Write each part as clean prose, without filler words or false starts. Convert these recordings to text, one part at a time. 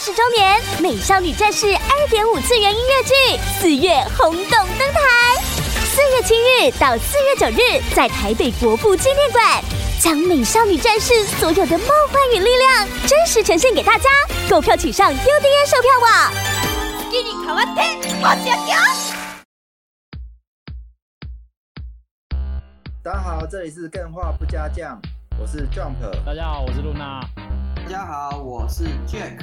30周年美少女战士2.5次元音乐剧4月轰动登台，4月7日到4月9日，在台北国父纪念馆，将美少女战士所有的梦幻与力量真实呈现给大家。购票请上 UDN 售票网。给你卡哇天，我想要。 大家好，这里是更画不加酱，我是 Jump。 大家好，我是露娜。 大家好，我是 Jack。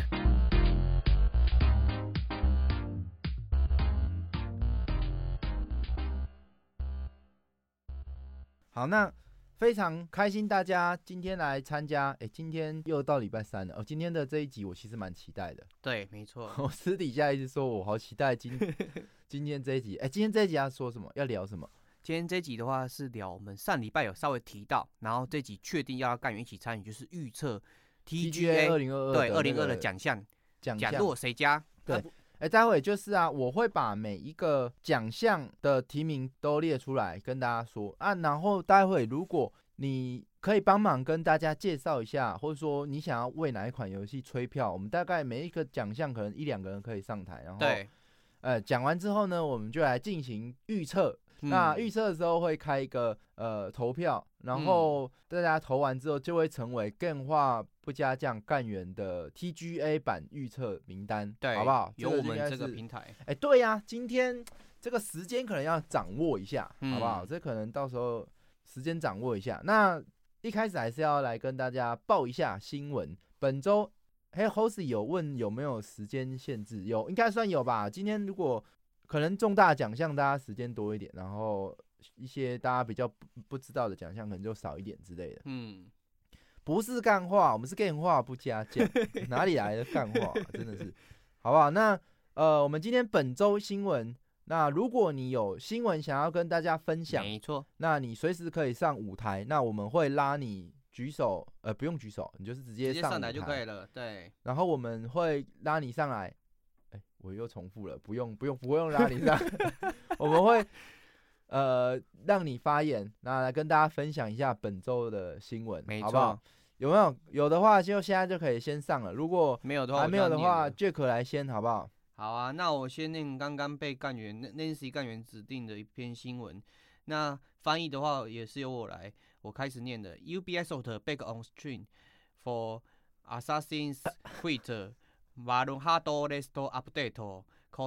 好，那非常开心大家今天来参加。今天又到礼拜三了。今天的这一集我其实蛮期待的。 对，没错。 我私底下一直说我好期待今天这一集。今天这一集要说什么？要聊什么？ 今天这一集的话是聊我们上礼拜有稍微提到，然后这集确定要干员一起参与，就是预测 TGA 2022 对2022的奖项落谁家？ 对，待会就是我会把每一个奖项的提名都列出来跟大家说啊，然后待会如果你可以帮忙跟大家介绍一下，或者说你想要为哪一款游戏吹票，我们大概每一个奖项可能1-2个人可以上台，然后对， 讲完之后呢，我们就来进行预测。那预测的时候会开一个投票，然后大家投完之后就会成为更画不加酱干员的 TGA 版预测名单， 对， 好不好？ 有我们这个平台。 对呀，今天这个时间可能要掌握一下，好不好？这可能到时候时间掌握一下。那一开始还是要来跟大家报一下新闻。本周Hosey 有问有没有时间限制，有，应该算有吧。今天如果可能重大奖项大家时间多一点，然后一些大家比较不知道的奖项可能就少一点之类的。不是干话，我们是干话不加酱，哪里来的干话真的是，好不好？那我们今天本周新闻，那如果你有新闻想要跟大家分享， 没错， 那你随时可以上舞台，那我们会拉你举手，不用举手，你就是直接上来就可以了，对。 然后我们会拉你上来。我又重复了，不用拉你上，我们会让你发言，那来跟大家分享一下本周的新闻，好不好？有没有？有的话就现在就可以先上了，如果没有的话， 还没有的话，Jack 来先，好不好？ 好啊，那我先念刚刚被干员 Nancy 干员指定的一篇新闻，那翻译的话也是由我开始念的。Ubisoft back on stream for Assassin's Creed Valhalla Restore Update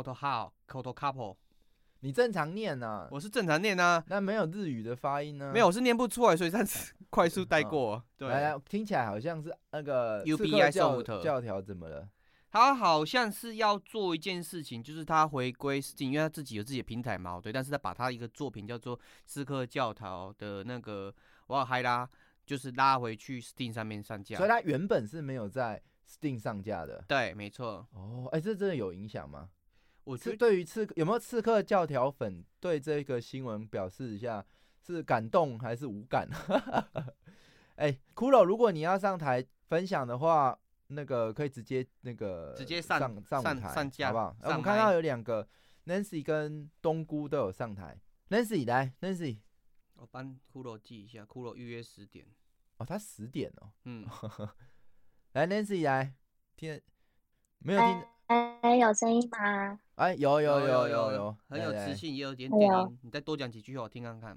Code Couple。你正常念啊， 我是正常念啊， 那没有日语的发音呢？ 没有，我是念不出来，所以暂时快速带过。对， 来，听起来好像是那个 Ubisoft 教条怎么了？ 他好像是要做一件事情，就是他回归 Steam， 因为他自己有自己的平台嘛，对。但是他把他一个作品叫做《刺客教条》的那个瓦尔海拉，就是拉回去 Steam 上面上架。 所以他原本是没有在 Steam 上架的。 对，没错。 这真的有影响吗？ 我觉得对于有没有刺客教条粉对这个新闻表示一下，是感动还是无感？骷髅，如果你要上台分享的话，那个可以直接上舞台上架，好不好？我们看到有2个 Nancy 跟冬菇都有上台。Nancy 来 ，Nancy， 我帮骷髅记一下，骷髅预约10点。 他10点哦。来 Nancy 来，听没有听？ 有声音吗？ 有， 很有磁性，也有点点音。你再多讲几句我听看看。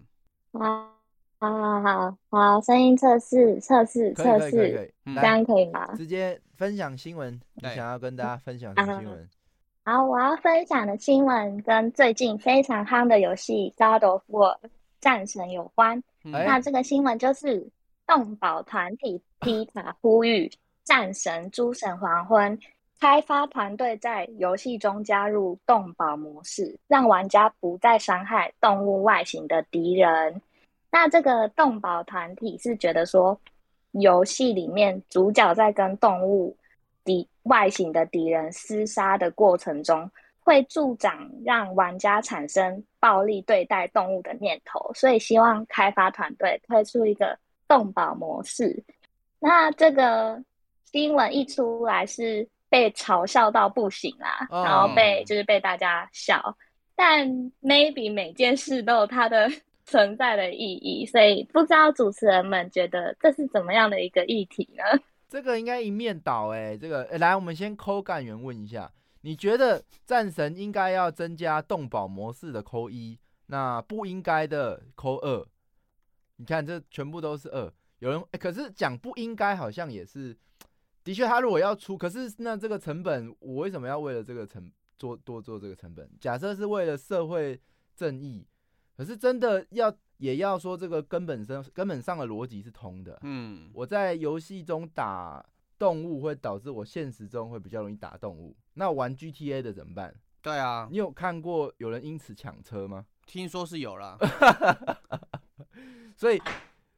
好，声音测试， 可以， 这样可以吗？ 直接分享新闻，你想要跟大家分享什么新闻？ 好，我要分享的新闻跟最近非常夯的游戏《God of War》战神有关。那这个新闻就是动保团体披塔呼吁战神诸神黄昏开发团队在游戏中加入动保模式，让玩家不再伤害动物外形的敌人。那这个动保团体是觉得说，游戏里面主角在跟动物外形的敌人厮杀的过程中，会助长让玩家产生暴力对待动物的念头，所以希望开发团队推出一个动保模式。那这个新闻一出来是被嘲笑到不行啦，然后被大家笑，但 maybe 每件事都有它的存在的意义，所以不知道主持人们觉得这是怎么样的一个议题呢？ 这个应该一面倒这个来，我们先扣干员问一下，你觉得战神应该要增加动保模式的扣1，那不应该的扣2？你看这全部都是2，有人可是讲不应该好像也是，的确他如果要出，可是那这个成本，我为什么要为了这个多做这个成本？假设是为了社会正义，可是真的也要说这个根本上的逻辑是通的。我在游戏中打动物会导致我现实中会比较容易打动物，那玩 GTA 的怎么办？ 对啊， 你有看过有人因此抢车吗？ 听说是有啦。 所以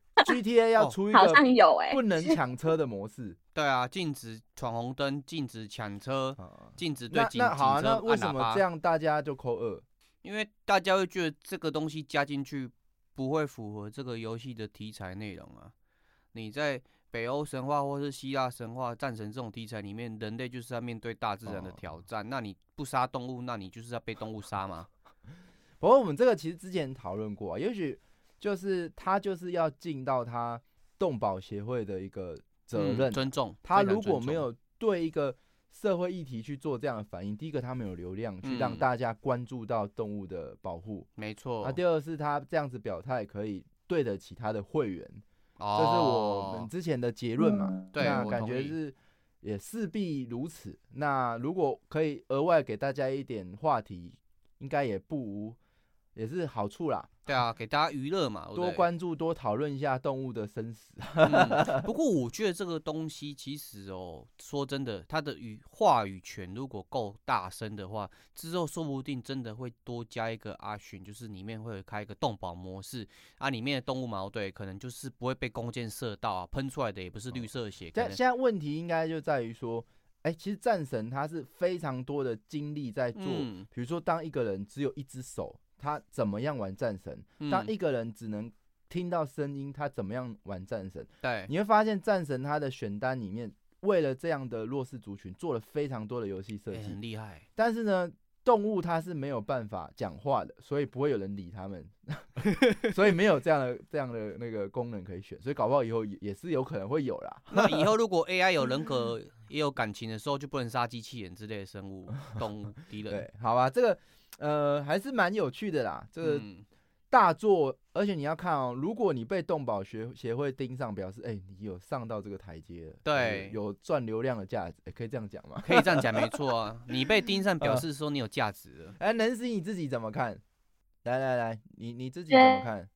GTA 要出一个好像有不能抢车的模式。 对啊，禁止闯红灯，禁止抢车，禁止对警车那好啊，那为什按喇叭么这样大家就扣2？ 因为大家会觉得这个东西加进去不会符合这个游戏的题材内容啊。你在北欧神话或是希腊神话战神这种题材里面，人类就是要面对大自然的挑战。那你不杀动物，那你就是要被动物杀吗？ 不过我们这个其实之前讨论过啊，也许就是他就是要尽到他动保协会的一个责任， 尊重。 他如果没有对一个社会议题去做这样的反应，第一个他没有流量去让大家关注到动物的保护， 没错。 第二是他这样子表态可以对得起他的会员，这是我们之前的结论嘛。 对， 那感觉是也势必如此。那如果可以额外给大家一点话题，应该也不无。也是好处啦， 对啊，给大家娱乐嘛， 多关注、多讨论一下动物的生死。 不过我觉得这个东西其实说真的，它的话语权如果够大声的话，之后说不定真的会多加一个阿勋，就是里面会开一个动保模式啊，里面的动物毛对可能就是不会被弓箭射到啊，喷出来的也不是绿色血。 现在问题应该就在于说，其实战神他是非常多的精力在做，比如说当一个人只有一只手。他怎么样玩战神？当一个人只能听到声音，他怎么样玩战神？ 对， 你会发现战神他的选单里面，为了这样的弱势族群做了非常多的游戏设计， 很厉害。 但是呢，动物它是没有办法讲话的，所以不会有人理他们，所以没有这样的那个功能可以选，所以搞不好以后也是有可能会有啦。 那以后如果 AI 有人格也有感情的时候，就不能杀机器人之类的生物、动物、敌人。 对，好吧，这个。还是蛮有趣的啦，这个大作，而且你要看如果你被动保协会盯上，表示你有上到这个台阶了， 对， 有赚流量的价值，可以这样讲吗？ 可以这样讲，没错啊，你被盯上表示说你有价值了。 Nancy你自己怎么看？来，你自己怎么看？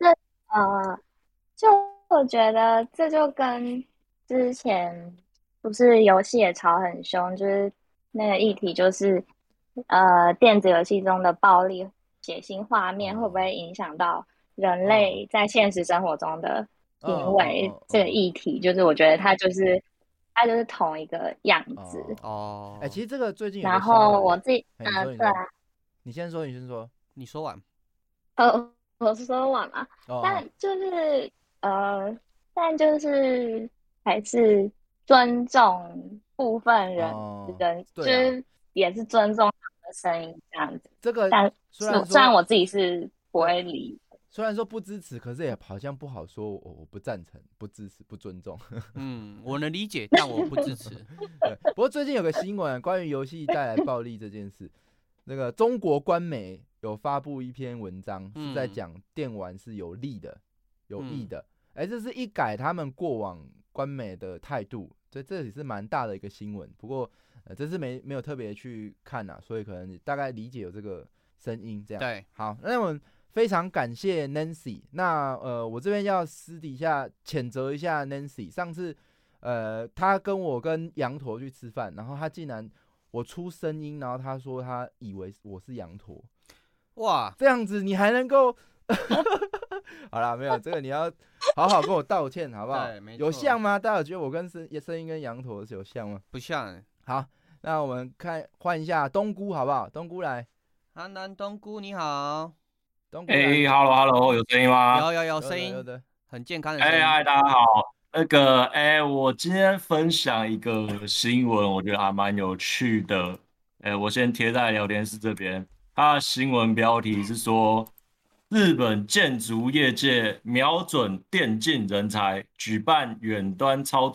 就我觉得这就跟之前不是游戏也吵很凶，就是那个议题就是。电子游戏中的暴力、血腥画面会不会影响到人类在现实生活中的行为？这个议题，就是我觉得它就是同一个样子。 其实这个最近有然后我自己对啊，你先说， 你说完。 我是说完嘛，但就是还是尊重部分人，就是也是尊重。声音这样子， 这个但虽然我自己是不会理， 虽然说不支持，可是也好像不好说，我不赞成、不支持、不尊重。 我能理解，但我不支持。 不过最近有个新闻，关于游戏带来暴力这件事，那个中国官媒有发布一篇文章，是在讲电玩是有利的、有益的。这是一改他们过往官媒的态度，所以这也是蛮大的一个新闻。不过。这是没有特别去看所以可能大概理解有这个声音这样。 对， 好，那我们非常感谢 Nancy。那我这边要私底下谴责一下 Nancy。上次他跟羊驼去吃饭，然后他竟然我出声音，然后他说他以为我是羊驼。 哇， 这样子你还能够？好啦，没有这个你要好好跟我道歉好不好？有像吗？大家有觉得我跟声音跟羊驼是有像吗？ 不像。 好，那我们换一下冬菇好不好？冬菇来， 韩南冬菇你好， 冬菇 ，Hello， 有声音吗？ 有声音，很健康的声音。 嗨，大家好。我今天分享一个新闻，我觉得还蛮有趣的。我先贴在聊天室这边。它的新闻标题是说，日本建筑业界瞄准电竞人才，举办远端操作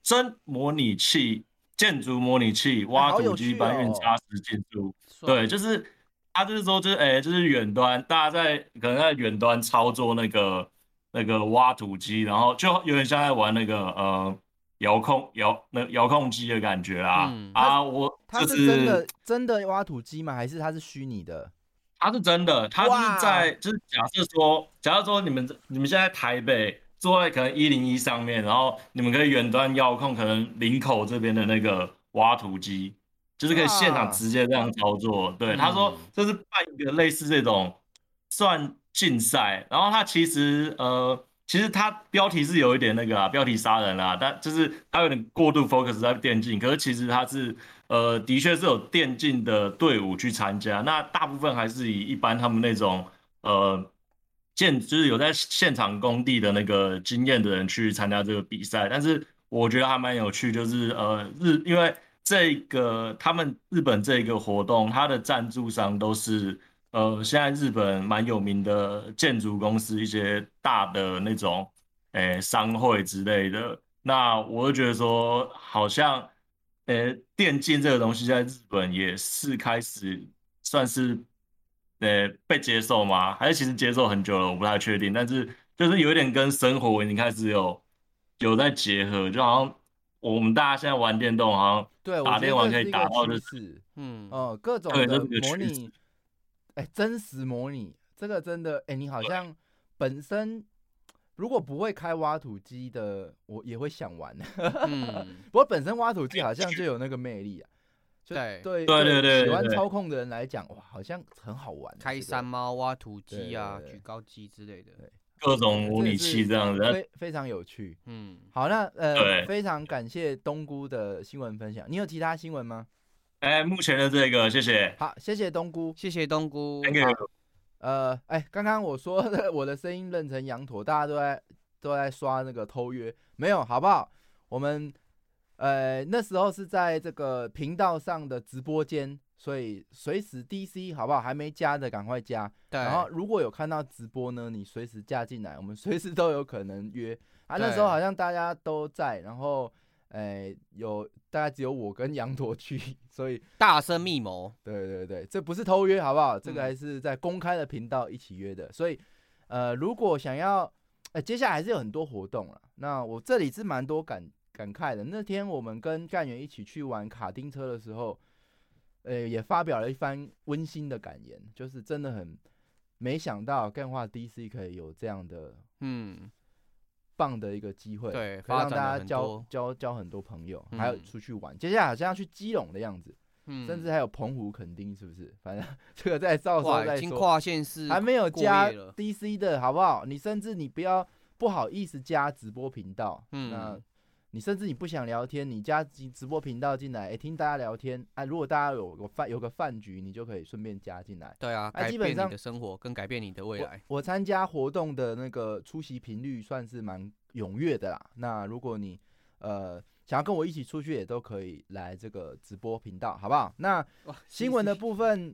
真模拟器、建筑模拟器、挖土机搬运砂石进驻。对，就是他就是说，就是远端，大家可能在远端操作那个挖土机，然后就有点像在玩那个遥控机的感觉啦。 它是真的挖土机吗？还是它是虚拟的？ 它是真的，它就是就是假设说你们现在台北坐在可能101上面，然后你们可以远端遥控可能林口这边的那个挖土机，就是可以现场直接这样操作。对，他说这是办一个类似这种算竞赛，然后它其实它标题是有一点那个标题杀人啦，但就是它有点过度 focus 在电竞，可是其实它是的确是有电竞的队伍去参加，那大部分还是以一般他们那种就是有在现场工地的那个经验的人去参加这个比赛，但是我觉得还蛮有趣，就是因为他们日本这个活动，它的赞助商都是现在日本蛮有名的建筑公司，一些大的那种商会之类的。那我就觉得说，好像电竞这个东西在日本也是开始算是被接受吗？还是其实接受很久了，我不太确定。但是就是有一点跟生活已经开始有在结合，就好像我们大家现在玩电动，好像打电玩可以打到就是各种的模拟，真实模拟这个真的你好像本身如果不会开挖土机的，我也会想玩。不过本身挖土机好像就有那个魅力啊。对，喜欢操控的人来讲，哇，好像很好玩。 开山猫、挖土机啊、举高机之类的， 各种模拟器这样子， 非常有趣。好，那非常感谢东姑的新闻分享。你有其他新闻吗？ 目前的这个，谢谢。 好，谢谢东姑， 谢谢东姑。 刚刚我说的我的声音认成羊驼，大家都在刷那个偷约，没有，好不好？我们那时候是在这个频道上的直播间，所以随时 DC 好不好？还没加的赶快加。然后如果有看到直播呢，你随时加进来，我们随时都有可能约。那时候好像大家都在，然后大概只有我跟羊驼去，所以大声密谋。 对，这不是偷约好不好？这个还是在公开的频道一起约的。所以如果想要接下来还是有很多活动了。那我这里是蛮多感慨的。那天我们跟干员一起去玩卡丁车的时候，也发表了一番温馨的感言，就是真的很没想到干化 DC 可以有这样的棒的一个机会， 对， 可以让大家交很多朋友，还有出去玩。接下来好像要去基隆的样子，甚至还有澎湖、垦丁，是不是？反正这个到时候再说。 跨县市还没有加 DC 的好不好？你甚至你不好意思加直播频道，那你甚至你不想聊天，你加直播频道进来，听大家聊天。如果大家有个饭局，你就可以顺便加进来。 对啊，改变你的生活，跟改变你的未来。 我参加活动的那个出席频率算是蛮踊跃的啦。那如果你想要跟我一起出去，也都可以来这个直播频道，好不好？那新闻的部分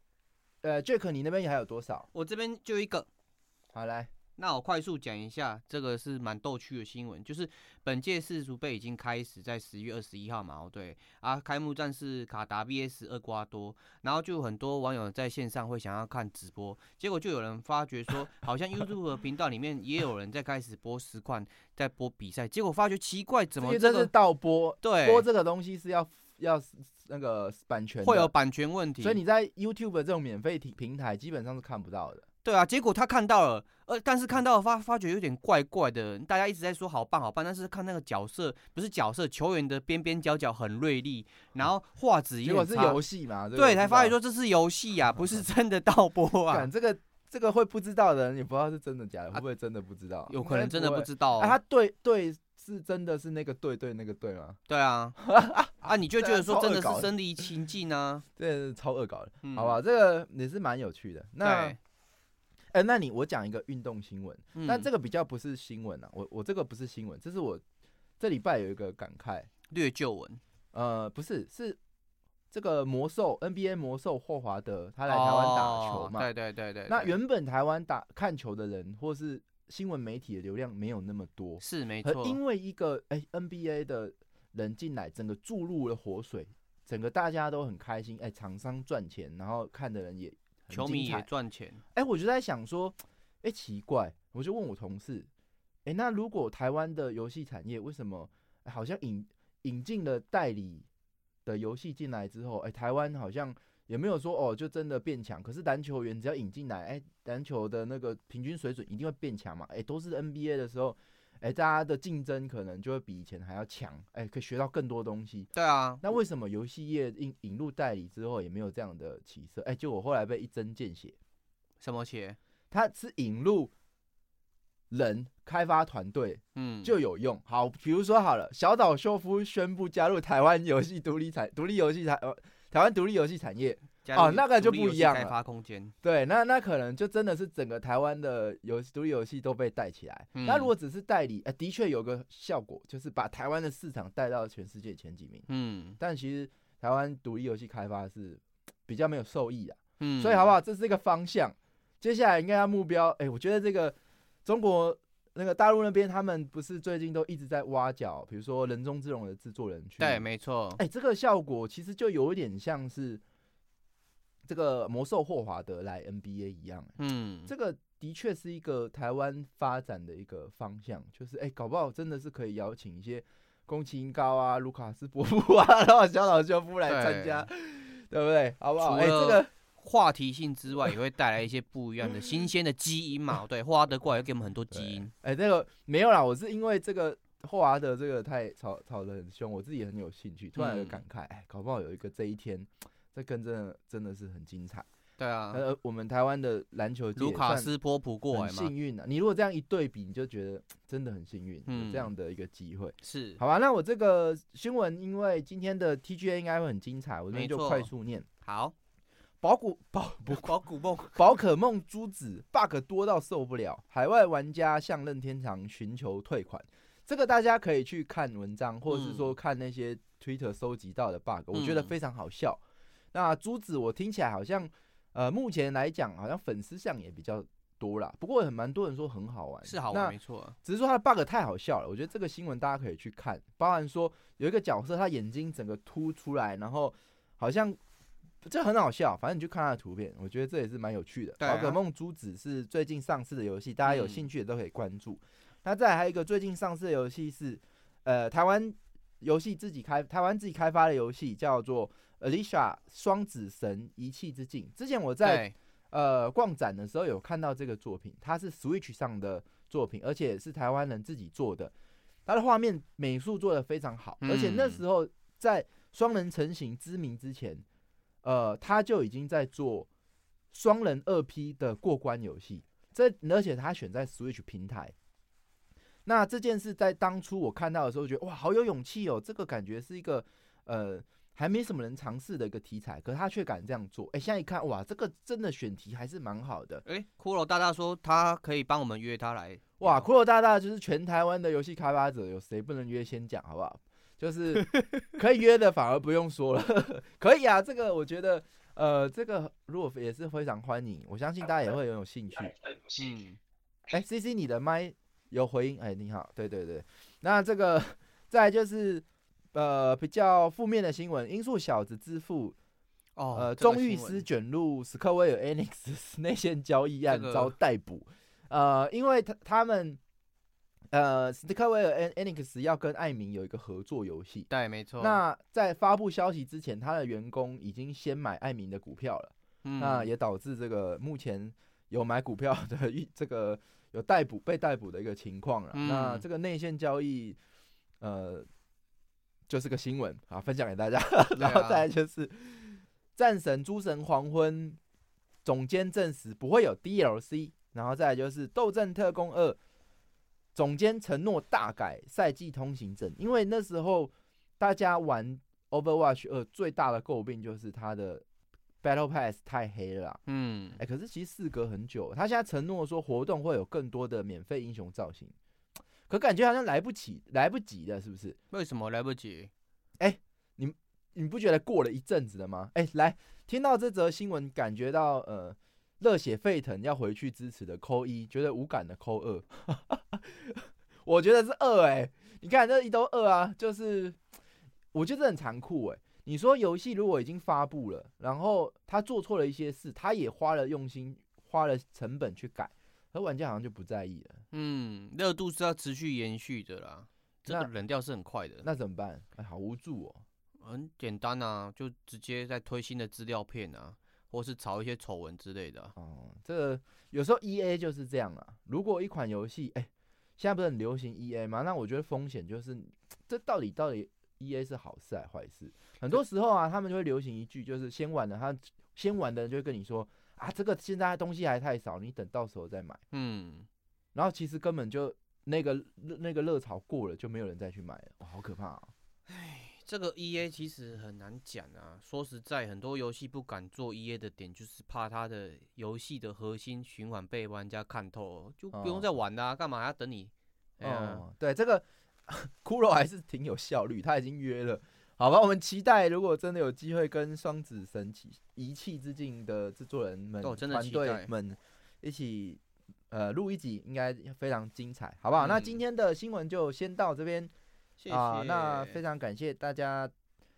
，Jack 你那边还有多少？ 我这边就一个。 好，来。 那我快速讲一下，这个是蛮逗趣的新闻，就是本届世足杯已经开始在10月21号嘛，对啊，开幕战是卡达 VS 厄瓜多，然后就有很多网友在线上会想要看直播，结果就有人发觉说，好像 YouTube 的频道里面也有人在开始播实况，在播比赛，结果发觉奇怪，怎么这是盗播？ 对， 播这个东西是要那个版权的， 会有版权问题， 所以你在 YouTube 这种免费平台基本上是看不到的。 对啊，结果他看到了，但是看到了发觉有点怪怪的，大家一直在说好棒好棒，但是看那个球员的边边角角很锐利，然后画质也很差， 结果是游戏嘛？ 对，才发觉说这是游戏啊，不是真的盗播啊。 这个会不知道的人，也不知道是真的假的，会不会真的不知道？ 有可能真的不知道。 他对是真的是那个对那个对吗？ 对啊，你就觉得说真的是身临其境啊？ 这是超恶搞的，好吧？这个也是蛮有趣的。那我讲一个运动新闻，但这个比较不是新闻啊，我这个不是新闻，这是我这礼拜有一个感慨， 略旧闻。 不是，是这个NBA 魔兽霍华德他来台湾打球嘛？ 对。 那原本台湾看球的人，或是新闻媒体的流量没有那么多， 是没错。 因为一个NBA 的人进来，整个注入了活水，整个大家都很开心，厂商赚钱，然后看的人也很精彩， 球迷也赚钱。 我就在想说，奇怪，我就问我同事，那如果台湾的游戏产业为什么好像引进了代理的游戏进来之后，台湾好像也没有说就真的变强，可是篮球员只要引进来，篮球的那个平均水准一定会变强嘛，都是 NBA 的时候，大家的竞争可能就会比以前还要强，可以学到更多东西。 对啊， 那为什么游戏业引入代理之后也没有这样的起色？结果后来被一针见血。 什么血？ 它是引入人开发团队，就有用。好，比如说好了，小岛秀夫宣布加入台湾游戏台湾独立游戏产业，那个就不一样了。 开发空间， 对，那可能就真的是整个台湾的独立游戏都被带起来。那如果只是代理，的确有个效果，就是把台湾的市场带到全世界前几名。但其实台湾独立游戏开发是比较没有受益的。所以好不好？这是一个方向。接下来应该要目标，我觉得这个中国那个大陆那边，他们不是最近都一直在挖角，比如说人中之龙的制作人去。 对，没错。 这个效果其实就有一点像是这个魔兽霍华德来 NBA 一样。这个的确是一个台湾发展的一个方向，就是搞不好真的是可以邀请一些宫崎英高啊、卢卡斯伯夫啊，然后小岛秀夫来参加， 对不对？好不好？这个话题性之外，也会带来一些不一样的新鲜的基因嘛。对，霍华德过来会给我们很多基因。 这个没有啦，我是因为这个霍华德这个太吵得很凶，我自己很有兴趣，突然有感慨，搞不好有一个这一天，这更真的是很精彩。 对啊， 我们台湾的篮球界卢卡斯波普过来嘛， 很幸运啊。你如果这样一对比，你就觉得真的很幸运，有这样的一个机会。 是， 好吧？那我这个新闻，因为今天的 TGA 应该会很精彩，我这边就快速念。 好。 宝可梦珠子 bug 多到受不了，海外玩家向任天堂寻求退款。这个大家可以去看文章，或者是说看那些 Twitter 收集到的 bug，我觉得非常好笑。那珠子我听起来好像，目前来讲好像粉丝量也比较多啦，不过蛮多人说很好玩， 是好玩没错， 只是说它的 bug 太好笑了。我觉得这个新闻大家可以去看，包含说有一个角色他眼睛整个凸出来，然后好像。这很好笑，反正你去看它的图片，我觉得这也是蛮有趣的。宝可梦珠子是最近上市的游戏，大家有兴趣的都可以关注。那再来还有一个最近上市的游戏是，台湾自己开发的游戏，叫做 Alicia 双子神遗弃之境。之前我在逛展的时候有看到这个作品，它是 Switch 上的作品，而且是台湾人自己做的，它的画面美术做得非常好，而且那时候在双人成型知名之前。他就已经在做双人2P 的过关游戏，而且他选在 Switch 平台。那这件事在当初我看到的时候，觉得哇，好有勇气哦！这个感觉是一个还没什么人尝试的一个题材，可是他却敢这样做。现在一看，哇，这个真的选题还是蛮好的。 骷髅大大说他可以帮我们约他来。 哇，骷髅大大就是全台湾的游戏开发者，有谁不能约先讲好不好？就是可以约的反而不用说了，可以啊，这个我觉得，这个如果也是非常欢迎，我相信大家也会很有兴趣。CC 你的麦有回音，你好，对，那这个再来就是比较负面的新闻，音速小子之父钟玉思卷入史克威尔 Enix 内线交易案遭逮捕，因为他们。史克威尔 Enix 要跟艾明有一个合作游戏， 对，没错。 那在发布消息之前，他的员工已经先买艾明的股票了，那也导致这个目前有买股票的这个有被逮捕的一个情况了。那这个内线交易，就是个新闻啊，分享给大家。然后再来就是《战神：诸神黄昏》总监证实不会有 DLC， 然后再来就是《斗阵特工2》。总监承诺大改赛季通行证，因为那时候大家玩 Overwatch 2最大的诟病就是它的 Battle Pass 太黑了啦。可是其实事隔很久，他现在承诺说活动会有更多的免费英雄造型，可感觉好像来不及了，是不是？ 为什么来不及？ 你不觉得过了一阵子了吗？来听到这则新闻，感觉到热血沸腾要回去支持的扣1，觉得无感的扣2。我觉得是2你看这一都2啊，就是我觉得很残酷你说游戏如果已经发布了，然后他做错了一些事，他也花了用心、花了成本去改，而玩家好像就不在意了。 热度是要持续延续的啦，这个冷掉是很快的。 那怎么办？好无助哦。 很简单啊，就直接在推新的资料片啊，或是炒一些丑闻之类的。 这个有时候 EA 就是这样啊。如果一款游戏，现在不是很流行 EA 吗？那我觉得风险就是，这到底 EA 是好事还是坏事？很多时候啊，他们就会流行一句，就是先玩的人就会跟你说啊，这个现在东西还太少，你等到时候再买。然后其实根本就那个热潮过了，就没有人再去买了。好可怕啊！ 这个 EA 其实很难讲啊。说实在，很多游戏不敢做 EA 的点，就是怕它的游戏的核心循环被玩家看透，就不用再玩啦，干嘛还要等你？ 对，这个骷髅还是挺有效率，他已经约了。好吧，我们期待如果真的有机会跟双子神一气之境的制作人们、团队们一起录一集，应该非常精彩，好不好？那今天的新闻就先到这边。 谢谢那非常感谢大家，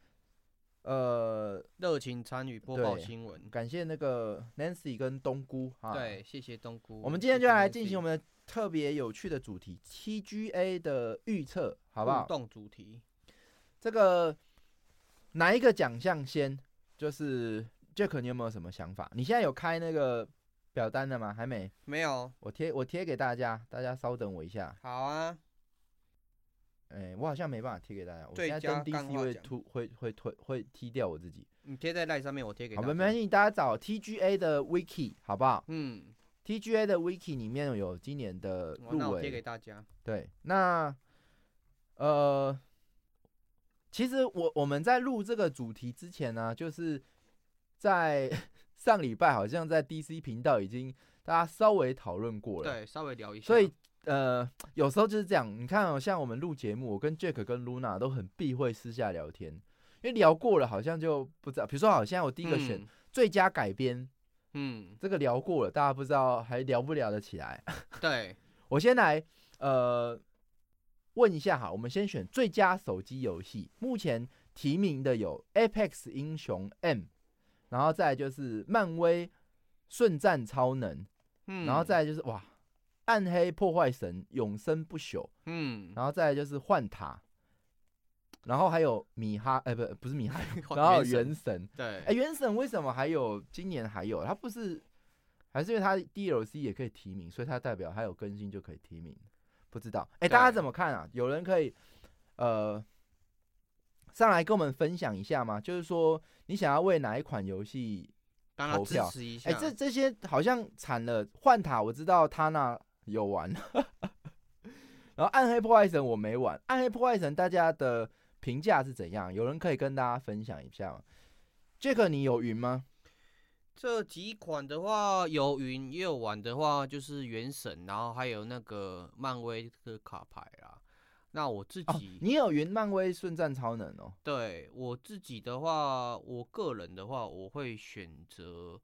热情参与播报新闻， 感谢那个 Nancy 跟冬菇对，谢谢冬菇。 我们今天就来进行我们的特别有趣的主题 TGA 的预测，好不好？ 互动主题，这个哪一个奖项先？就是 Jack， 你有没有什么想法？你现在有开那个表单了吗？还没？ 没有。 我贴给大家，大家稍等我一下。 好啊。 我好像没办法贴给大家。我现在登 DC 会踢掉我自己。 你贴在 LINE 上面，我贴给大家。 好，没关系，大家找 TGA 的 Wiki 好不好？TGA 的 Wiki 里面有今年的入围， 那我贴给大家。 对，那其实我们在录这个主题之前呢，就是在上礼拜好像在 DC 频道已经大家稍微讨论过了， 对，稍微聊一下。 所以有时候就是这样，你看像我们录节目，我跟 Jack 跟 Luna 都很避讳私下聊天，因为聊过了好像就不知道。比如说，好，现在我第一个选最佳改编，这个聊过了，大家不知道还聊不聊得起来。 对， 我先来问一下哈，我们先选最佳手机游戏，目前提名的有 Apex 英雄 M， 然后再来就是漫威瞬战超能，然后再来就是暗黑破坏神永生不朽，然后再来就是幻塔，然后还有不是米哈，然后原神， 对， 原神为什么今年还有？它不是还是因为它 DLC 也可以提名，所以它代表它有更新就可以提名？不知道，大家怎么看啊？有人可以上来跟我们分享一下吗？就是说你想要为哪一款游戏投票？ 支持一下。 这些好像惨了。幻塔我知道他那有玩，然后暗黑破坏神我没玩。暗黑破坏神大家的评价是怎样？有人可以跟大家分享一下吗？ Jack 你有云吗？ 这几款的话有云，也有玩的话就是原神，然后还有那个漫威的卡牌啦。那我自己， 你有云漫威瞬战超能哦？ 对，我自己的话，我个人的话，我会选择，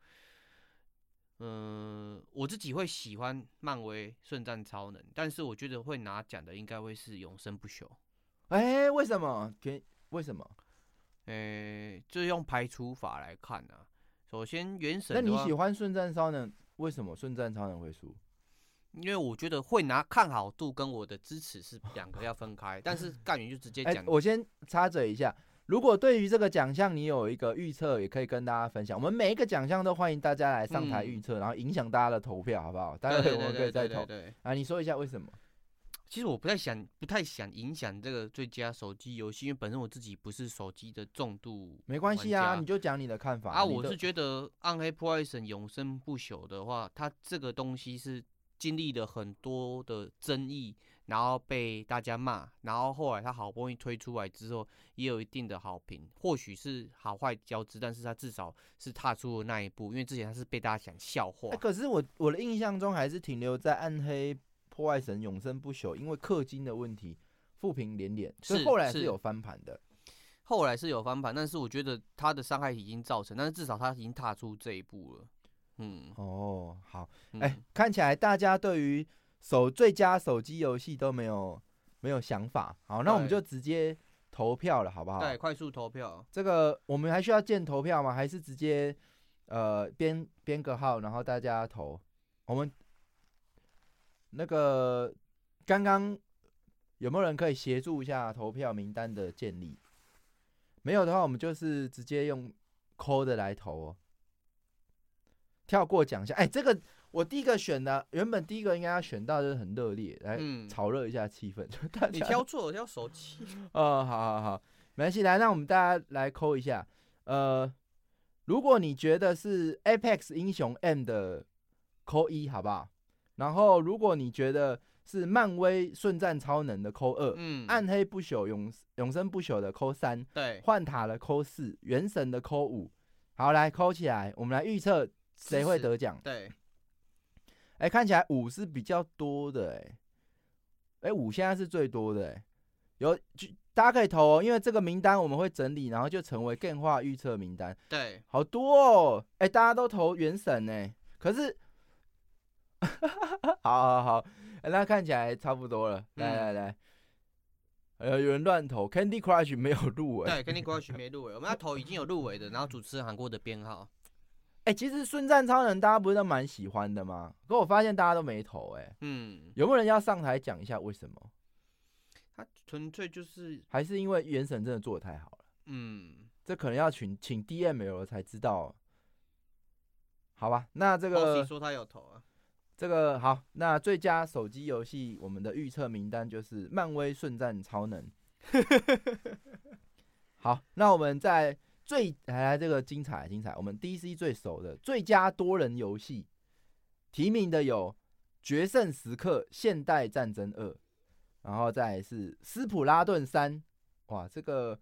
我自己会喜欢漫威瞬战超能，但是我觉得会拿奖的应该会是永生不朽。 为什么？为什么？ 就用排除法来看啊。首先，原神， 那你喜欢瞬战超能，为什么瞬战超能会输？ 因为我觉得会拿看好度跟我的支持是两个要分开，但是干员就直接讲。 我先插嘴一下，如果对于这个奖项你有一个预测，也可以跟大家分享。我们每一个奖项都欢迎大家来上台预测，然后影响大家的投票，好不好？待会我们可以再投。你说一下为什么？ 其实我不太想影响这个最佳手机游戏，因为本身我自己不是手机的重度。 没关系啊，你就讲你的看法啊。我是觉得《暗黑破坏神永生不朽》的话，它这个东西是经历了很多的争议，然后被大家骂，然后后来它好不容易推出来之后，也有一定的好评。或许是好坏交织，但是它至少是踏出了那一步，因为之前它是被大家讲笑话。 可是我的印象中还是停留在《暗黑破坏神永生不朽》，因为氪金的问题，负评连连，所以后来是有翻盘的。 后来是有翻盘，但是我觉得他的伤害已经造成，但是至少他已经踏出这一步了。 好，看起来大家对于最佳手机游戏都没有想法。好，那我们就直接投票了，好不好？ 对，快速投票。 这个我们还需要建投票吗？还是直接编个号，然后大家投？我们那个刚刚有没有人可以协助一下投票名单的建立？没有的话，我们就是直接用call的来投哦。跳过奖项，这个我第一个选的，原本第一个应该要选到就是很热烈，来炒热一下气氛。 你挑错，挑手气。 好，没关系，来，让我们大家来扣一下。如果你觉得是 Apex 英雄 M 的扣1，好不好？然后如果你觉得是漫威瞬战超能的扣2，暗黑不朽永生不朽的扣3， 对， 幻塔的扣4，原神的扣5。好，来扣起来，我们来预测谁会得奖。 对， 看起来5是比较多的，5现在是最多的大家可以投哦，因为这个名单我们会整理，然后就成为更化预测名单。 对， 好多哦，大家都投原神可是，好，那看起来差不多了。来，有人乱投 ，Candy Crush 没有入围。 对 ，Candy Crush 没入围，我们要投已经有入围的，然后主持人喊过的编号。 其实瞬战超人大家不是都蛮喜欢的吗？可我发现大家都没投有没有人要上台讲一下为什么？ 他纯粹就是还是因为原神真的做得太好了。这可能要请 DML 才知道。好吧，那这个说他有投啊。 这个好，那最佳手机游戏我们的预测名单就是漫威瞬战超能。好，那我们在来这个精彩，我们 DC 最熟的最佳多人游戏提名的有《决胜时刻：现代战争2》，然后再来是《斯普拉顿3》。哇，这个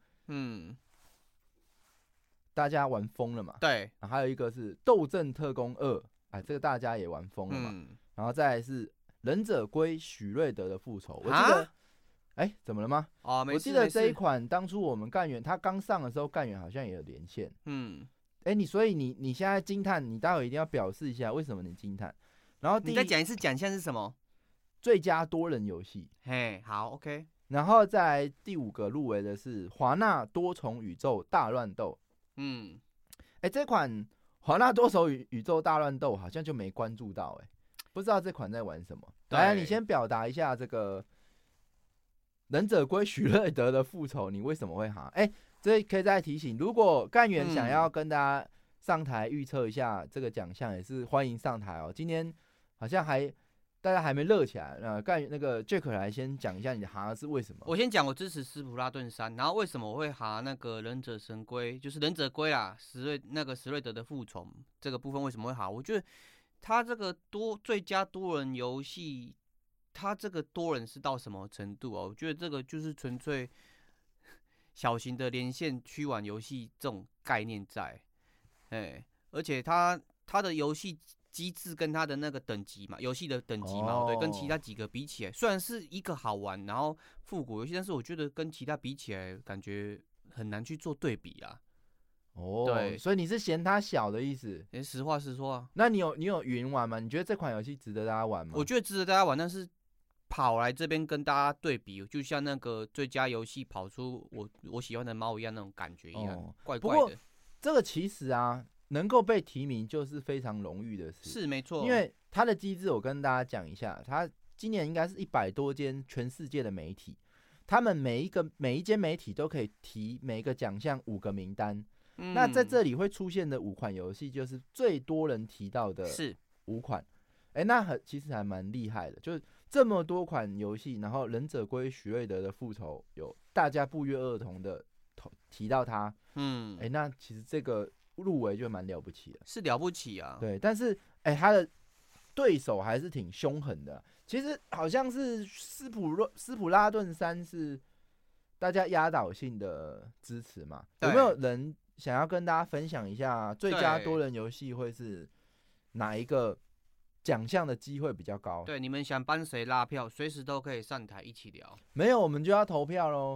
大家玩疯了嘛？ 对。 然后还有一个是《斗阵特工2》，这个大家也玩疯了嘛？然后再来是《忍者龟：许瑞德的复仇》。我记得。怎么了吗？ 没事， 我记得这一款当初我们干员他刚上的时候，干员好像也有连线。所以你现在惊叹，你待会一定要表示一下为什么你惊叹。然后你再讲一次奖项是什么？ 最佳多人游戏。 好 ，OK。 然后再来第5个入围的是华纳多重宇宙大乱斗。这款华纳多重宇宙大乱斗好像就没关注到不知道这款在玩什么。来，你先表达一下这个。忍者龟许瑞德的复仇，你为什么会哈？这可以再提醒，如果干员想要跟大家上台预测一下这个奖项，也是欢迎上台哦。今天好像大家还没热起来，干员那个 Jack 来先讲一下你的哈是为什么？ 我先讲我支持斯普拉顿3，然后为什么我会哈那个忍者神龟，就是忍者龟啦，史瑞德的复仇这个部分为什么会哈？我觉得他这个最佳多人游戏。他这个多人是到什么程度我觉得这个就是纯粹小型的连线区玩游戏这种概念在，而且他的游戏机制跟他的那个等级嘛，游戏的等级嘛，对，跟其他几个比起来，虽然是一个好玩然后复古游戏，但是我觉得跟其他比起来，感觉很难去做对比啊。对， 所以你是嫌它小的意思？ 实话实说啊。 那你有云玩吗？你觉得这款游戏值得大家玩吗？ 我觉得值得大家玩，但是。跑来这边跟大家对比，就像那个最佳游戏跑出我喜欢的猫一样那种感觉一样，怪怪的。 不过这个其实能够被提名就是非常荣誉的事， 是没错。 因为它的机制我跟大家讲一下，它今年应该是100多间全世界的媒体，他们每一间媒体都可以提每一个奖项5个名单。那在这里会出现的5款游戏，就是最多人提到的5款。那其实还蛮厉害的，就是这么多款游戏，然后忍者龟许瑞德的复仇有大家不约而同的提到他，那其实这个入围就蛮了不起的， 是了不起啊。 对，但是他的对手还是挺凶狠的。其实好像是斯普拉顿3是大家压倒性的支持嘛？有没有人想要跟大家分享一下最佳多人游戏会是哪一个？奖项的机会比较高。 对，你们想帮谁拉票，随时都可以上台一起聊。 没有，我们就要投票咯。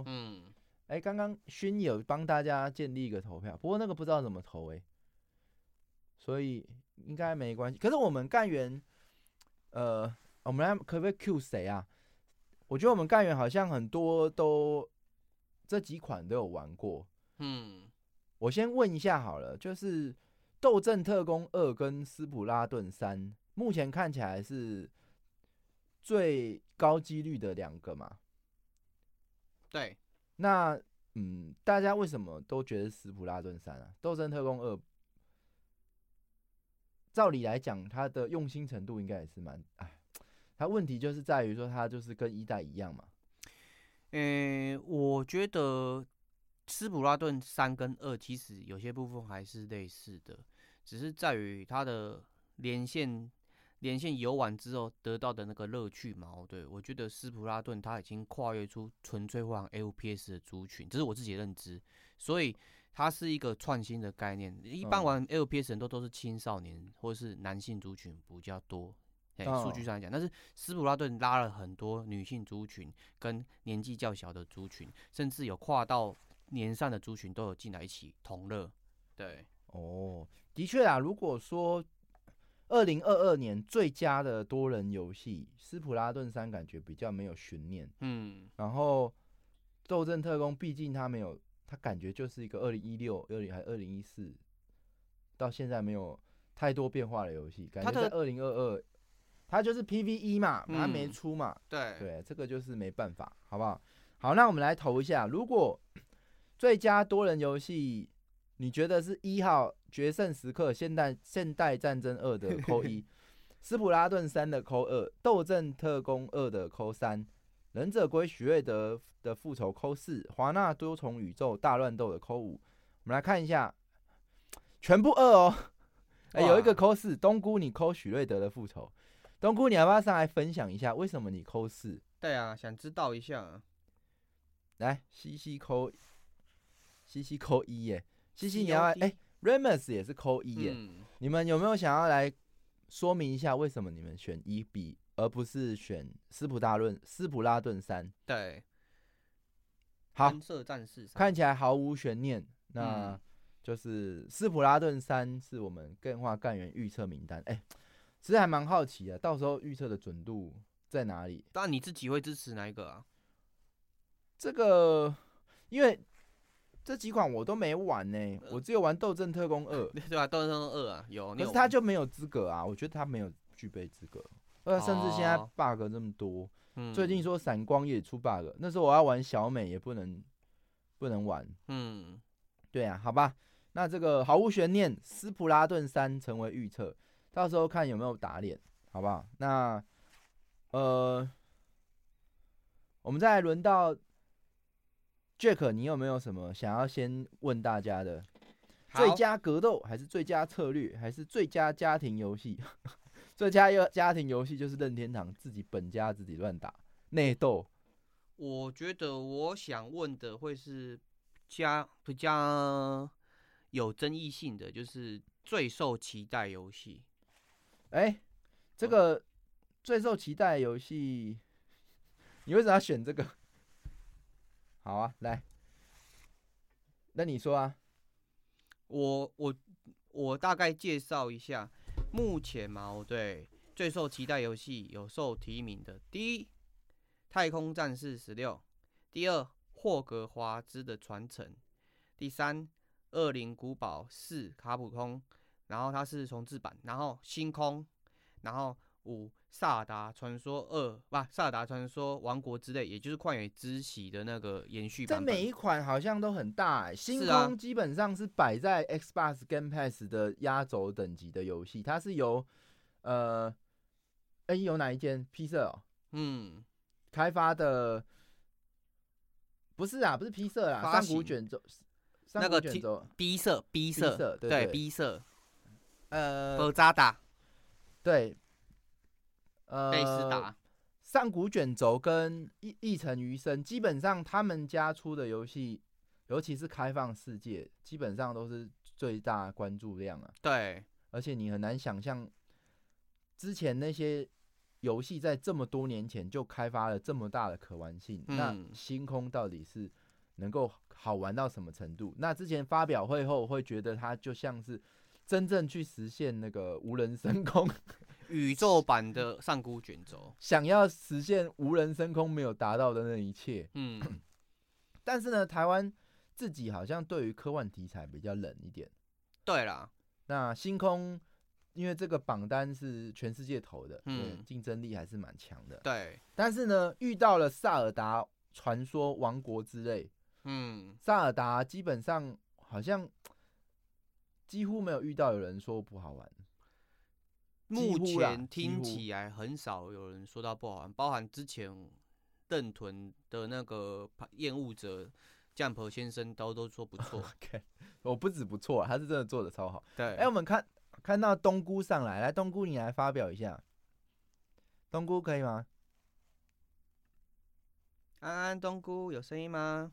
刚刚勋有帮大家建立一个投票，不过那个不知道怎么投所以应该没关系。可是我们干员，我们来可不可以 Q 谁啊？我觉得我们干员好像很多都这几款都有玩过。我先问一下好了，就是《斗阵特工2》跟《斯普拉顿3》，目前看起来是最高几率的2个嘛？ 对。 那大家为什么都觉得是斯普拉顿3啊？《斗阵特工2》照理来讲，它的用心程度应该也是蛮它问题就是在于说，它就是跟1代一样嘛。 我觉得斯普拉顿3跟2其实有些部分还是类似的，只是在于它的连线游玩之后得到的那个乐趣嘛。对，我觉得斯普拉顿它已经跨越出纯粹玩 FPS 的族群，这是我自己的认知，所以它是一个创新的概念。一般玩 FPS 人都是青少年或是男性族群比较多。数据上来讲，但是斯普拉顿拉了很多女性族群跟年纪较小的族群，甚至有跨到年上的族群都有进来一起同乐。对， 的确啦。如果说2022年最佳的多人游戏，斯普拉顿3感觉比较没有悬念。然后斗阵特工毕竟它感觉就是一个2016、还2014到现在没有太多变化的游戏，感觉在2022。它就是 PVE 嘛，它没出嘛，对，这个就是没办法，好不好？好，那我们来投一下，如果最佳多人游戏，你觉得是1号《决胜时刻：现代战争2》的扣1，斯普拉顿3的扣2，斗阵特工2的扣3，忍者龟许瑞德的复仇扣4，华纳多重宇宙大乱斗的扣5。我们来看一下，全部2哦。有一个扣4，东姑你扣许瑞德的复仇。东姑，你要不要上来分享一下为什么你扣4？ 对啊，想知道一下。 来，西西扣1耶，西西你要Remus 也是扣1耶。你们有没有想要来说明一下为什么你们选1而不是选斯普拉顿3？ 对， 好， 喷射战士看起来毫无悬念。那就是斯普拉顿3是我们更化干员预测名单。其实还蛮好奇的，到时候预测的准度在哪里？ 当然你自己会支持哪一个啊？ 这个，因为这几款我都没玩呢，我只有玩《斗阵特工2》。 对啊，《斗阵特工2》啊，有。 可是他就没有资格啊，我觉得他没有具备资格。甚至现在 bug 这么多，最近说闪光也出 bug， 那时候我要玩小美也不能玩。对啊，好吧，那这个毫无悬念，斯普拉顿3成为预测。到时候看有没有打脸，好不好？那我们再来轮到 Jack， 你有没有什么想要先问大家的？最佳格斗还是最佳策略还是最佳家庭游戏？最佳家庭游戏就是任天堂自己本家自己乱打内斗。 我觉得我想问的会是比较有争议性的，就是最受期待游戏。 这个最受期待的游戏，你为什么要选这个？好啊，来，那你说啊。 我大概介绍一下，目前嘛，对，最受期待游戏有受提名的，第一，《太空战士16》，第二，《霍格华兹的传承》，第三，《恶灵古堡4》卡普空，然后它是重制版，然后《星空》，然后5，《萨尔达传说2》萨尔达传说王国之泪，也就是旷野之息的那个延续版本。 这每一款好像都很大星空基本上是摆在 Xbox Game Pass 的压轴等级的游戏，它是由有哪一间 P 社开发的？不是不是 P 社啦，山谷卷轴那个 B 社对 B 社博扎达对。 贝斯达、 上古卷轴跟一城余生，基本上他们家出的游戏，尤其是开放世界，基本上都是最大关注量啊。 对， 而且你很难想象，之前那些游戏在这么多年前就开发了这么大的可玩性，那星空到底是能够好玩到什么程度？那之前发表会后会觉得它就像是真正去实现那个无人升空， 宇宙版的上古卷轴， 想要实现无人升空没有达到的那一切。但是呢，台湾自己好像对于科幻题材比较冷一点。 对啦， 那星空，因为这个榜单是全世界投的，竞争力还是蛮强的。 对， 但是呢，遇到了萨尔达传说王国之泪，萨尔达基本上好像几乎没有遇到有人说不好玩。 目前听起来很少有人说到不好玩，包含之前邓屯的那个厌恶者Jump 先生都说不错。 Okay, 我不止不错，他是真的做的超好。 对， 我们看到冬菇上来，来冬菇你来发表一下，冬菇可以吗？ 安安，冬菇有声音吗？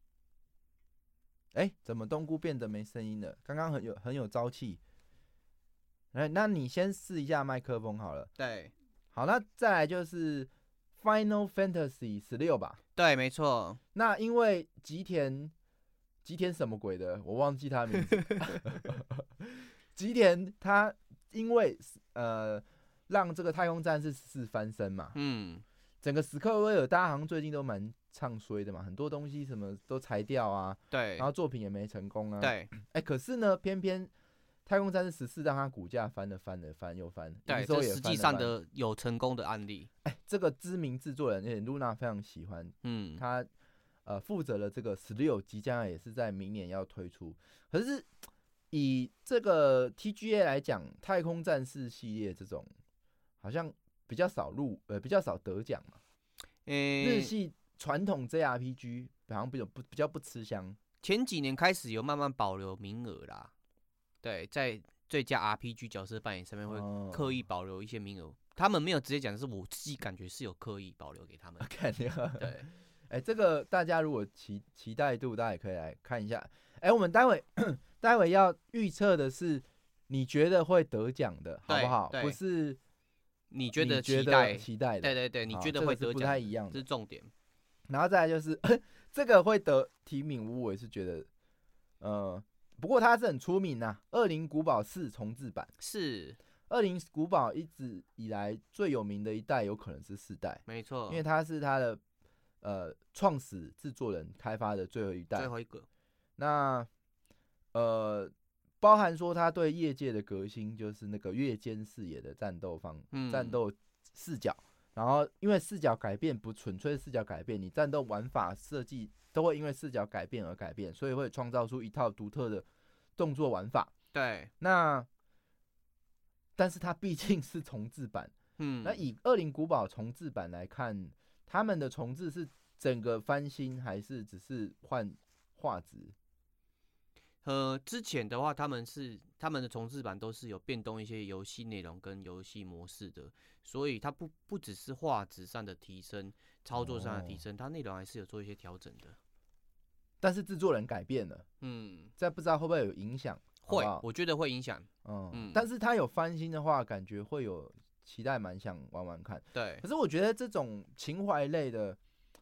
怎么冬菇变得没声音了？刚刚很有朝气。那你先试一下麦克风好了。 对， 好，那再来就是Final Fantasy 16吧。 对，没错。 那因为吉田什么鬼的，我忘记他的名字。吉田他因为让这个太空战士14翻身嘛，整个史克威尔大家好像最近都蛮唱衰的嘛，很多东西什么都裁掉啊， 对， 然后作品也没成功啊， 对， 可是呢，偏偏太空战士14让他股价翻又翻， 对，这实际上的有成功的案例。 这个知名制作人Luna 非常喜欢，他负责了这个16，即将也是在明年要推出。可是以这个 TGA 来讲，太空战士系列这种好像比较少得奖嘛。日系传统 JRPG 好像比较不吃香。 前几年开始有慢慢保留名额啦。对，在最佳 RPG 角色扮演上面会刻意保留一些名额，他们没有直接讲，是我自己感觉是有刻意保留给他们。 对，这个大家如果期待度，大家也可以来看一下。我们待会要预测的是你觉得会得奖的，好不好？不是你觉得期待的。 对，你觉得会得奖， 不太一样的， 这是重点。 然后再来就是这个会得提名，我也是觉得，不过它是很出名呐，《恶灵古堡4》重制版是《 恶灵古堡》一直以来最有名的一代，有可能是4代， 没错， 因为它是它的创始制作人开发的最后一代， 最后一个。 那包含说他对业界的革新，就是那个越肩视野的战斗视角，然后因为视角改变不纯粹视角改变，你战斗玩法设计都会因为视角改变而改变，所以会创造出一套独特的动作玩法。 对， 但是它毕竟是重制版，那以《恶灵古堡》重制版来看，他们的重制是整个翻新，还是只是换画质？ 之前的话，他们的重制版都是有变动一些游戏内容跟游戏模式的，所以它不只是画质上的提升，操作上的提升，它内容还是有做一些调整的。 但是制作人改变了，这不知道会不会有影响？ 会，我觉得会影响。 但是它有翻新的话，感觉会有期待，蛮想玩玩看。 对， 可是我觉得这种情怀类的，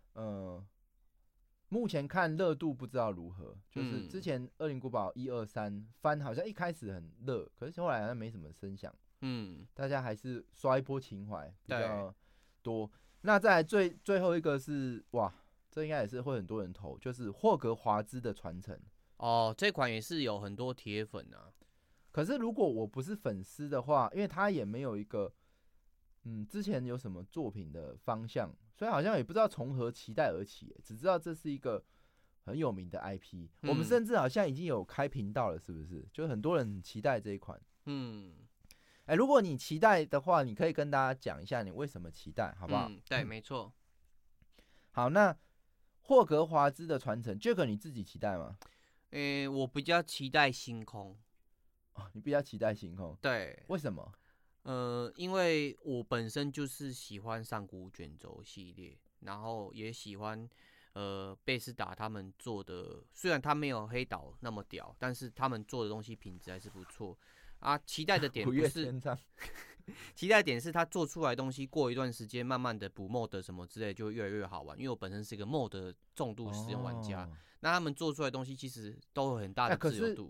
目前看热度不知道如何，就是之前《恶灵古堡》1、2、3翻好像一开始很热，可是后来好像没什么声响。大家还是刷一波情怀比较多。那再来最后一个是这应该也是会很多人投，就是霍格华兹的传承。 这款也是有很多铁粉啊。 可是如果我不是粉丝的话，因为他也没有一个之前有什么作品的方向，所以好像也不知道从何期待而起，只知道这是一个很有名的 IP。我们甚至好像已经有开频道了，是不是？就很多人很期待这一款。如果你期待的话，你可以跟大家讲一下你为什么期待，好不好？ 对，没错。 好，那霍格华兹的传承 ，Jack 你自己期待吗？ 我比较期待星空。 你比较期待星空？ 对， 为什么？ 因为我本身就是喜欢上古卷轴系列，然后也喜欢贝斯达他们做的，虽然他没有黑岛那么屌，但是他们做的东西品质还是不错啊。期待的点不是期待的点是他做出来的东西，过一段时间慢慢的补 mod 什么之类，就会越来越好玩。因为我本身是一个 mod 重度使用玩家，那他们做出来的东西其实都有很大的自由度。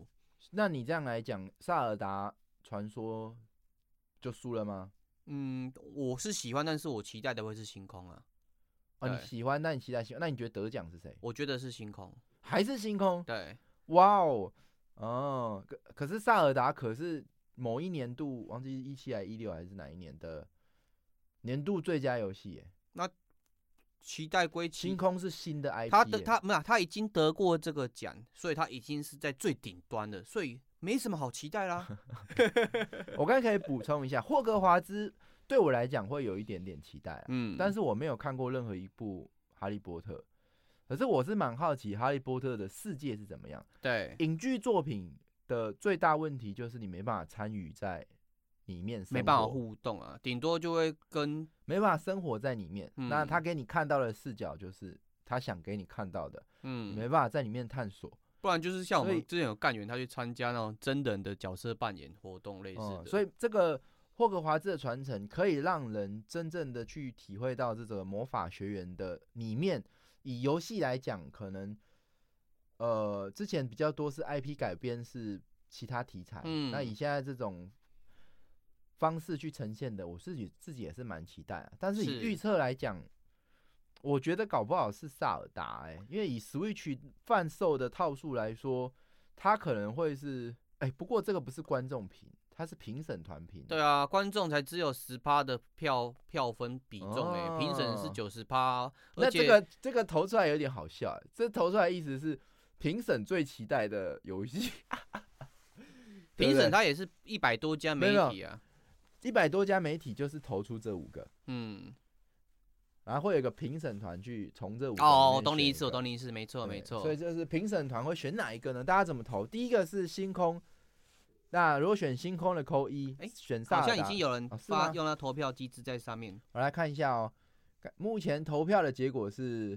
那你这样来讲，萨尔达传说就输了吗？ 我是喜欢，但是我期待的会是星空啊。 你喜欢，但你期待星空，那你觉得得奖是谁？ 我觉得是星空， 还是星空？ 对， 哇哦，可是萨尔达可是某一年度忘记17还16还是哪一年的年度最佳游戏耶。 那期待归期， 星空是新的 IP， 他已经得过这个奖，所以他已经是在最顶端了，所以没什么好期待啦。 我刚才可以补充一下，霍格华兹对我来讲会有一点点期待但是我没有看过任何一部哈利波特，可是我是蛮好奇哈利波特的世界是怎么样。 对， 影剧作品的最大问题就是你没办法参与在里面生活， 没办法互动啊，顶多就会没办法生活在里面。那他给你看到的视角就是他想给你看到的，你没办法在里面探索。 不然就是像我们之前有干员，他去参加那种真人的角色扮演活动类似的。 所以这个霍格华兹的传承可以让人真正的去体会到这个魔法学园的里面。以游戏来讲，可能之前比较多是 IP 改编是其他题材，那以现在这种方式去呈现的，我自己也是蛮期待但是以预测来讲，我觉得搞不好是萨尔达因为以 Switch 贩售的套数来说，它可能会是不过这个不是观众评，它是评审团评。 对啊，观众才只有10%的票分比重评审是90%。 那这个投出来有点好笑这投出来的意思是评审最期待的游戏。 评审他也是100多家媒体啊 ，100多家媒体就是投出这5个。然后会有一个评审团去从这5个。 我懂你意思，没错。 所以就是评审团会选哪一个呢？大家怎么投？第一个是星空。那如果选星空的扣1，选萨尔达， 好像已经有人用了投票机制在上面。 我来看一下目前投票的结果是，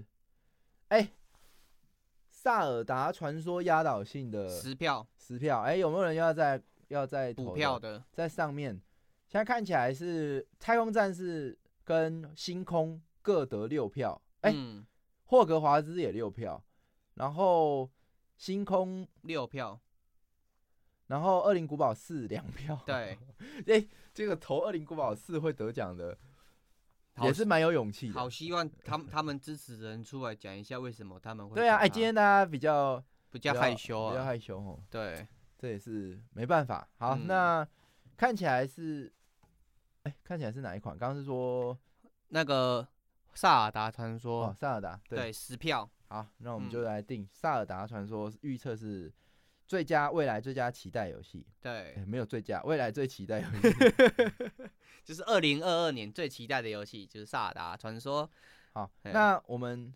萨尔达传说压倒性的 10票， 有没有人要再投补票的？ 在上面，现在看起来是太空战士跟星空各得6票，霍格华兹也6票，然后星空 6票。 然后恶灵古堡4 2票。 对， 这个投恶灵古堡4会得奖的，也是蛮有勇气的。 好希望他们支持的人出来讲一下为什么他们会。 对啊，今天大家比较害羞比较害羞对， 这也是没办法。好，那看起来是哪一款？刚刚是说那个萨尔达传说。 萨尔达对 10票。 好，那我们就来定萨尔达传说预测是。未来最佳期待游戏， 对， 没有最佳，未来最期待游戏， 就是2022年最期待的游戏就是《萨尔达传说》。 好，那我们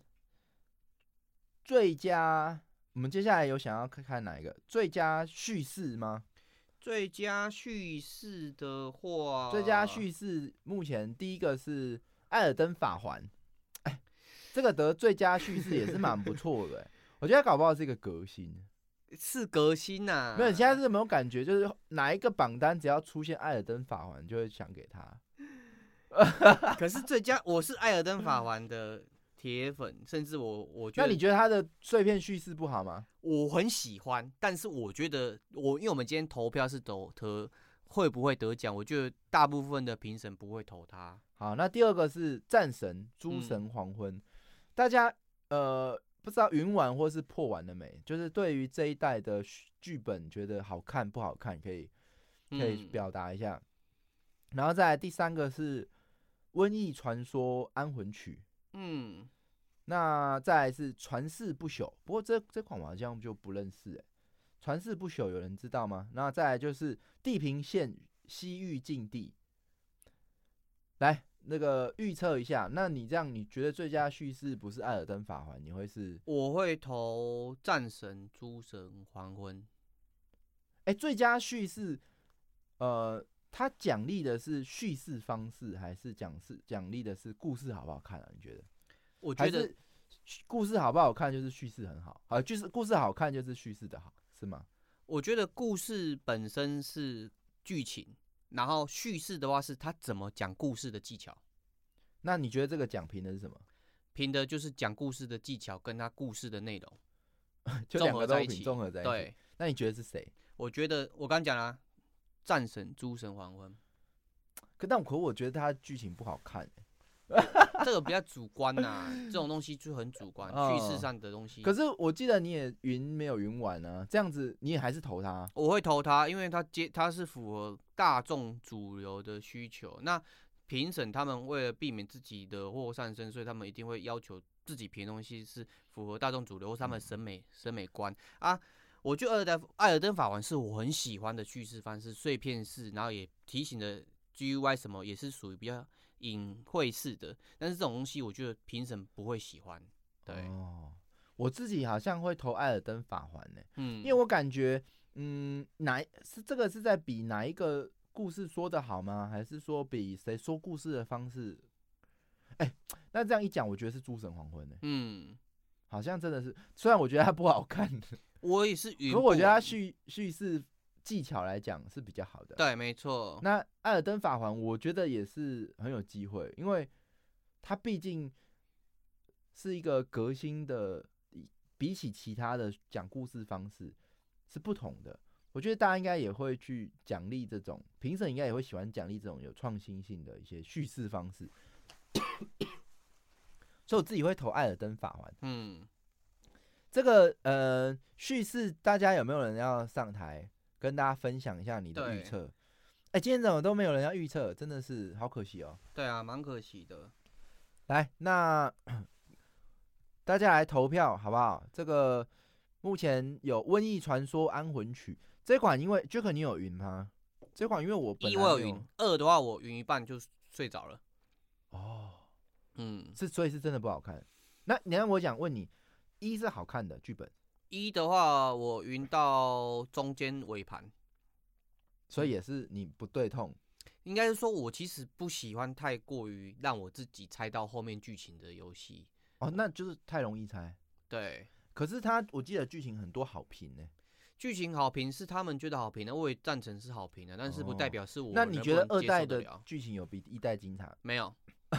接下来有想要看哪一个？最佳叙事吗？ 最佳叙事的话， 最佳叙事目前第一个是《艾尔登法环》，这个得最佳叙事也是蛮不错的，我觉得搞不好是一个革新。 是革新呐， 没有，现在是有没有感觉，就是哪一个榜单只要出现《艾尔登法环》，就会想给他。 可是我是《艾尔登法环》的铁粉，甚至我觉得。 那你觉得他的碎片叙事不好吗？ 我很喜欢，但是我觉得因为我们今天投票是投会不会得奖，我觉得大部分的评审不会投他。 好，那第二个是《战神：诸神黄昏》，大家不知道云玩或是破完了没？就是对于这一代的剧本，觉得好看不好看，可以表达一下。然后再来第三个是《瘟疫传说：安魂曲》，那再来是《传世不朽》，不过这款我好像就不认识传世不朽有人知道吗？然后再来就是《地平线：西域禁地》，来。那个预测一下，那你这样你觉得最佳叙事不是《艾尔登法环》，你会是？ 我会投《战神：诸神黄昏》。 最佳叙事，它奖励的是叙事方式，还是奖励的是故事好不好看啊？你觉得？ 我觉得故事好不好看就是叙事很好，就是故事好看就是叙事的好，是吗？ 我觉得故事本身是剧情。然后叙事的话是他怎么讲故事的技巧。 那你觉得这个奖评的是什么？ 评的就是讲故事的技巧跟他故事的内容， 就两个都评，综合在一起。 对， 那你觉得是谁？ 我觉得我刚讲了，战神诸神黄昏， 可我觉得它剧情不好看。 这个比较主观呐，这种东西就很主观，叙事上的东西。 可是我记得你也没有云完啊，这样子你也还是投它。 我会投它，因为它是符合大众主流的需求。那评审他们为了避免自己的祸上身，所以他们一定会要求自己评的东西是符合大众主流或他们审美观啊。我觉得艾尔登法环是我很喜欢的叙事方式，碎片式，然后也提醒了 GUI 什么也是属于比较隐晦式的，但是这种东西我觉得评审不会喜欢。对， 我自己好像会投艾尔登法环呢，因为我感觉，这个是在比哪一个故事说的好吗？还是说比谁说故事的方式？那这样一讲，我觉得是诸神黄昏呢。好像真的是，虽然我觉得它不好看， 我也是云， 可我觉得它叙事技巧来讲是比较好的。 对，没错。 那艾尔登法环，我觉得也是很有机会，因为它毕竟是一个革新的，比起其他的讲故事方式是不同的。我觉得大家应该也会去奖励这种，评审应该也会喜欢奖励这种有创新性的一些叙事方式。所以我自己会投艾尔登法环。这个叙事，大家有没有人要上台跟大家分享一下你的预测？今天怎么都没有人要预测，真的是好可惜哦。 对啊，蛮可惜的。 来，那大家来投票好不好？这个目前有《瘟疫传说：安魂曲》这款，因为 Jack 你有云吗？这款因为我本来我有云，2的话我云一半就睡着了。 所以是真的不好看。那你让我问你，1是好看的剧本 ，1的话我云到中间尾盘， 所以也是你不对痛。 应该是说我其实不喜欢太过于让我自己猜到后面剧情的游戏。 那就是太容易猜。 对， 可是我记得剧情很多好评呢。 剧情好评是他们觉得好评的，我也赞成是好评的，但是不代表是我那你觉得2 能不能接受代得了。 的剧情有比1代精彩？ 没有。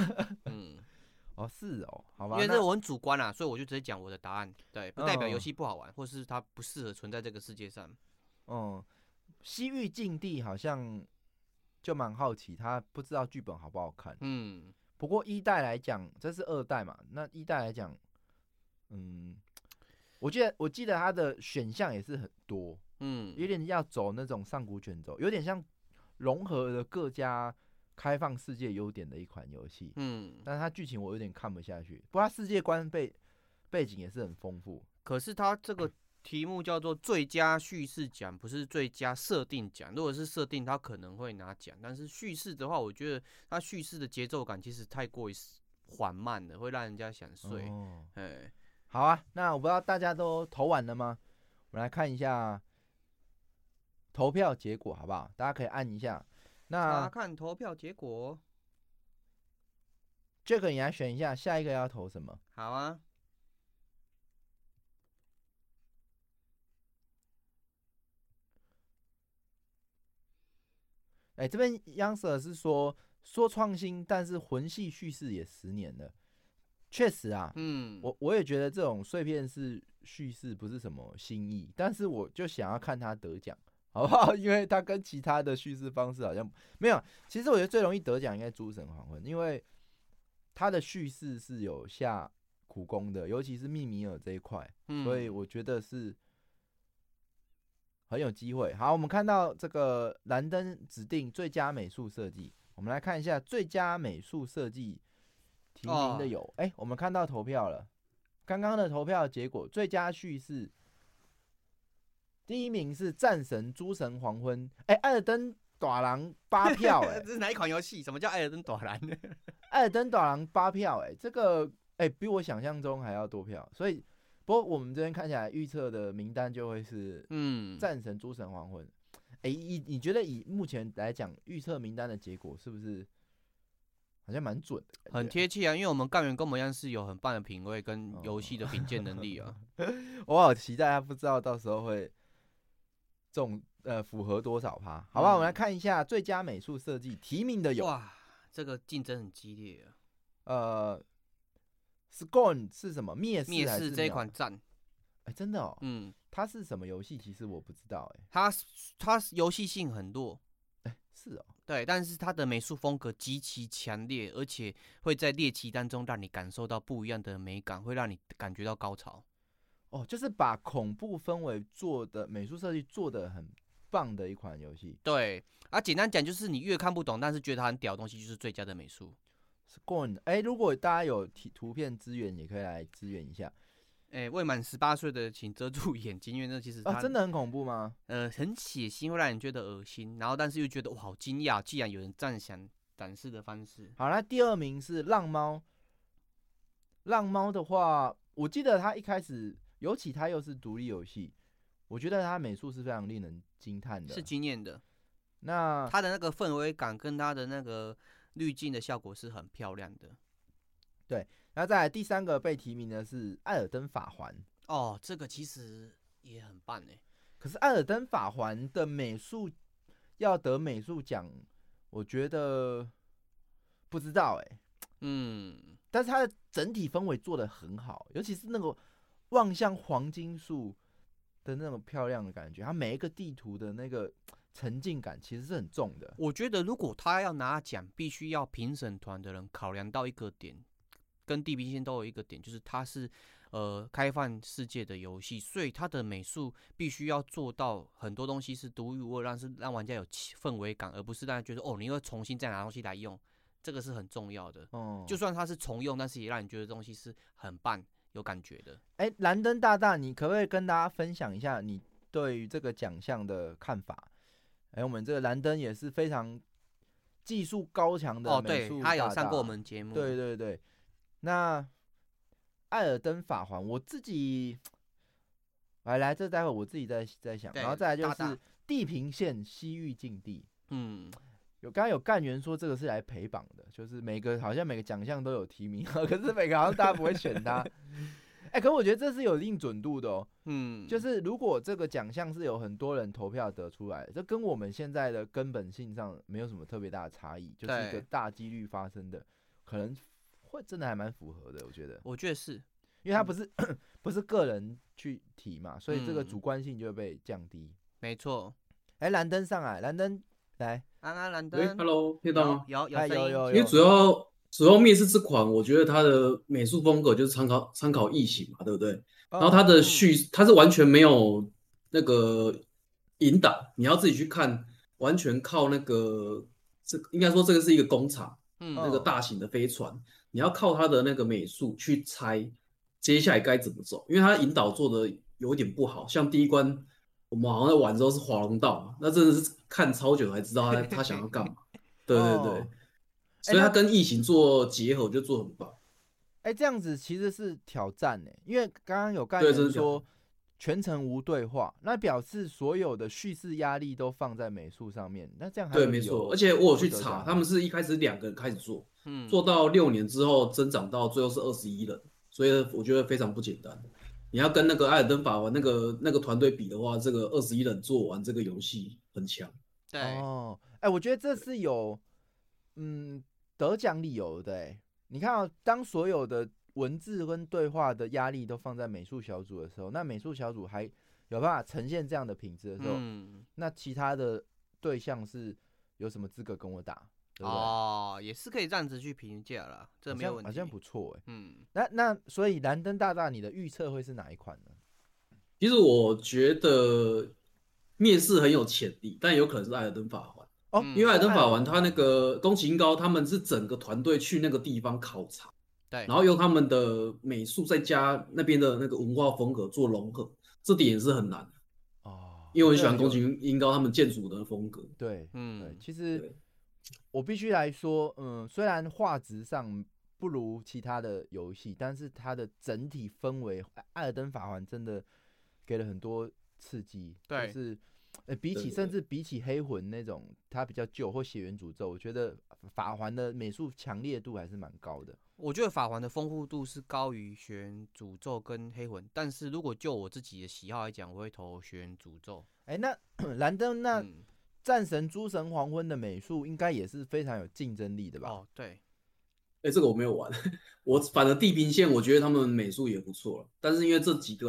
是哦，好吧。 因为这我很主观啦，所以我就直接讲我的答案。对，不代表游戏不好玩，或是它不适合存在这个世界上。 西域禁地好像就蛮好奇，他不知道剧本好不好看。不过1代来讲，这是2代嘛，那1代来讲，我记得它的选项也是很多，有点要走那种上古卷轴，有点像融合了各家开放世界优点的一款游戏。但是它剧情我有点看不下去，不过它世界观背景也是很丰富。 可是它这个题目叫做最佳叙事奖，不是最佳设定奖。如果是设定，它可能会拿奖，但是叙事的话，我觉得它叙事的节奏感其实太过于缓慢了，会让人家想睡。 好啊，那我不知道大家都投完了吗？我们来看一下投票结果好不好？大家可以按一下。 查看投票结果。 Jack 你来选一下下一个要投什么？ 好啊。 这边央视是说创新，但是魂系叙事也10年了。确实啊，我也觉得这种碎片式叙事不是什么新意，但是我就想要看他得奖。好不好？因为它跟其他的叙事方式好像没有。其实我觉得最容易得奖应该《诸神黄昏》，因为它的叙事是有下苦功的，尤其是密米尔这一块，所以我觉得是很有机会。好，我们看到这个蓝灯指定最佳美术设计，我们来看一下最佳美术设计提名的有，我们看到投票了，刚刚的投票结果，最佳叙事。第1名是战神诸神黄昏，艾尔登大人8票， 这是哪一款游戏？什么叫艾尔登大人？ 艾尔登大人8票，这个比我想象中还要多票，所以不过我们这边看起来预测的名单就会是战神诸神黄昏。你觉得以目前来讲预测名单的结果是不是好像蛮准的？ 很贴切啊，因为我们干员跟我们一样是有很棒的品味跟游戏的品鉴能力啊。 我好期待他，不知道到时候会符合多少趴？好吧，我们来看一下最佳美术设计提名的有。 哇，这个竞争很激烈啊。Scorn 是什么？灭世这一款赞。 真的哦。 它是什么游戏？其实我不知道它游戏性很弱， 是哦， 对，但是它的美术风格极其强烈，而且会在猎奇当中让你感受到不一样的美感，会让你感觉到高潮。 哦，就是把恐怖氛围做的美术设计做的很棒的一款游戏。 对，简单讲就是你越看不懂，但是觉得它很屌的东西，就是最佳的美术。 是过瘾的。如果大家有图片资源，也可以来支援一下。 未满18岁的请遮住眼睛，因为那其实真的很恐怖吗？ 很血腥，会让人觉得恶心，然后但是又觉得哇好惊讶，既然有人这样想展示的方式。 好，那第2名是浪猫。浪猫的话，我记得它一开始，尤其它又是独立游戏，我觉得它美术是非常令人惊叹的， 是惊艳的。 那它的那个氛围感跟它的那个滤镜的效果是很漂亮的。 对，那再来第3个被提名的是《艾尔登法环》。 哦，这个其实也很棒哎。 可是《艾尔登法环》的美术要得美术奖，我觉得不知道但是它的整体氛围做得很好，尤其是那个望向黄金树的那种漂亮的感觉，它每一个地图的那个沉浸感其实是很重的。 我觉得如果他要拿奖，必须要评审团的人考量到一个点，跟地平线都有一个点，就是它是开放世界的游戏，所以它的美术必须要做到很多东西是独一无二，让玩家有氛围感，而不是让人觉得你会重新再拿东西来用，这个是很重要的。就算它是重用，但是也让你觉得东西是很棒、有感觉的。 蓝灯大大，你可不可以跟大家分享一下你对于这个奖项的看法？我们这个蓝灯也是非常技术高强的美术大大， 对，他有上过我们节目。 对对对，那艾尔登法环，我自己来，这待会我自己在想，然后再来就是地平线西域禁地。刚刚有干员说这个是来陪榜的，就是好像每个奖项都有提名，可是每个好像大家不会选它。可我觉得这是有一定准度的哦。就是如果这个奖项是有很多人投票得出来的，这跟我们现在的根本性上没有什么特别大的差异，就是一个大几率发生的，可能会真的还蛮符合的，我觉得。 我觉得是， 因为它不是个人去提嘛，所以这个主观性就会被降低。 没错。 蓝灯上来，蓝灯来， 蓝灯。 Hello， 听到吗？ 有因为主要灭世这款，我觉得它的美术风格就是参考异形嘛，对不对？然后它的它是完全没有那个引导，你要自己去看，完全靠那个应该说这个是一个工厂，那个大型的飞船，你要靠它的那个美术去猜接下来该怎么走，因为它引导做的有点不好，像第一关我们好像在玩的时候是滑龙道嘛，那真的是看超久才知道他想要干嘛。对对对。所以他跟异形做结合就做很棒。 这样子其实是挑战因为刚刚有概念说全程无对话，那表示所有的叙事压力都放在美术上面，那这样还对，没错。而且我有去查，他们是一开始2个人开始做，做到6年之后增长到最后是21人，所以我觉得非常不简单。你要跟那个艾尔登法环那个团队比的话，这个21人做完这个游戏很强。 对我觉得这是有得奖理由的你看当所有的文字跟对话的压力都放在美术小组的时候，那美术小组还有办法呈现这样的品质的时候，那其他的对象是有什么资格跟我打？对不对？ 也是可以这样子去评价啦，这没有问题， 好像不错那所以蓝灯大大，你的预测会是哪一款呢？ 其实我觉得灭世很有潜力，但有可能是艾尔登法环。因为艾尔登法环他那个宫崎英高他们是整个团队去那个地方考察， 对， 然后用他们的美术再加那边的那个文化风格做融合，这点也是很难因为我很喜欢宫崎英高他们建筑的风格。 对，其实我必须来说，虽然画质上不如其他的游戏，但是它的整体氛围，艾尔登法环真的给了很多刺激， 对， 就是甚至比起黑魂那种它比较旧或血缘诅咒，我觉得法环的美术强烈度还是蛮高的。 我觉得法环的丰富度是高于血缘诅咒跟黑魂，但是如果就我自己的喜好来讲，我会投血缘诅咒。 那蓝灯那战神诸神黄昏的美术应该也是非常有竞争力的吧？ 对。 这个我没有玩，我反而地平线我觉得他们美术也不错了，但是因为这几个人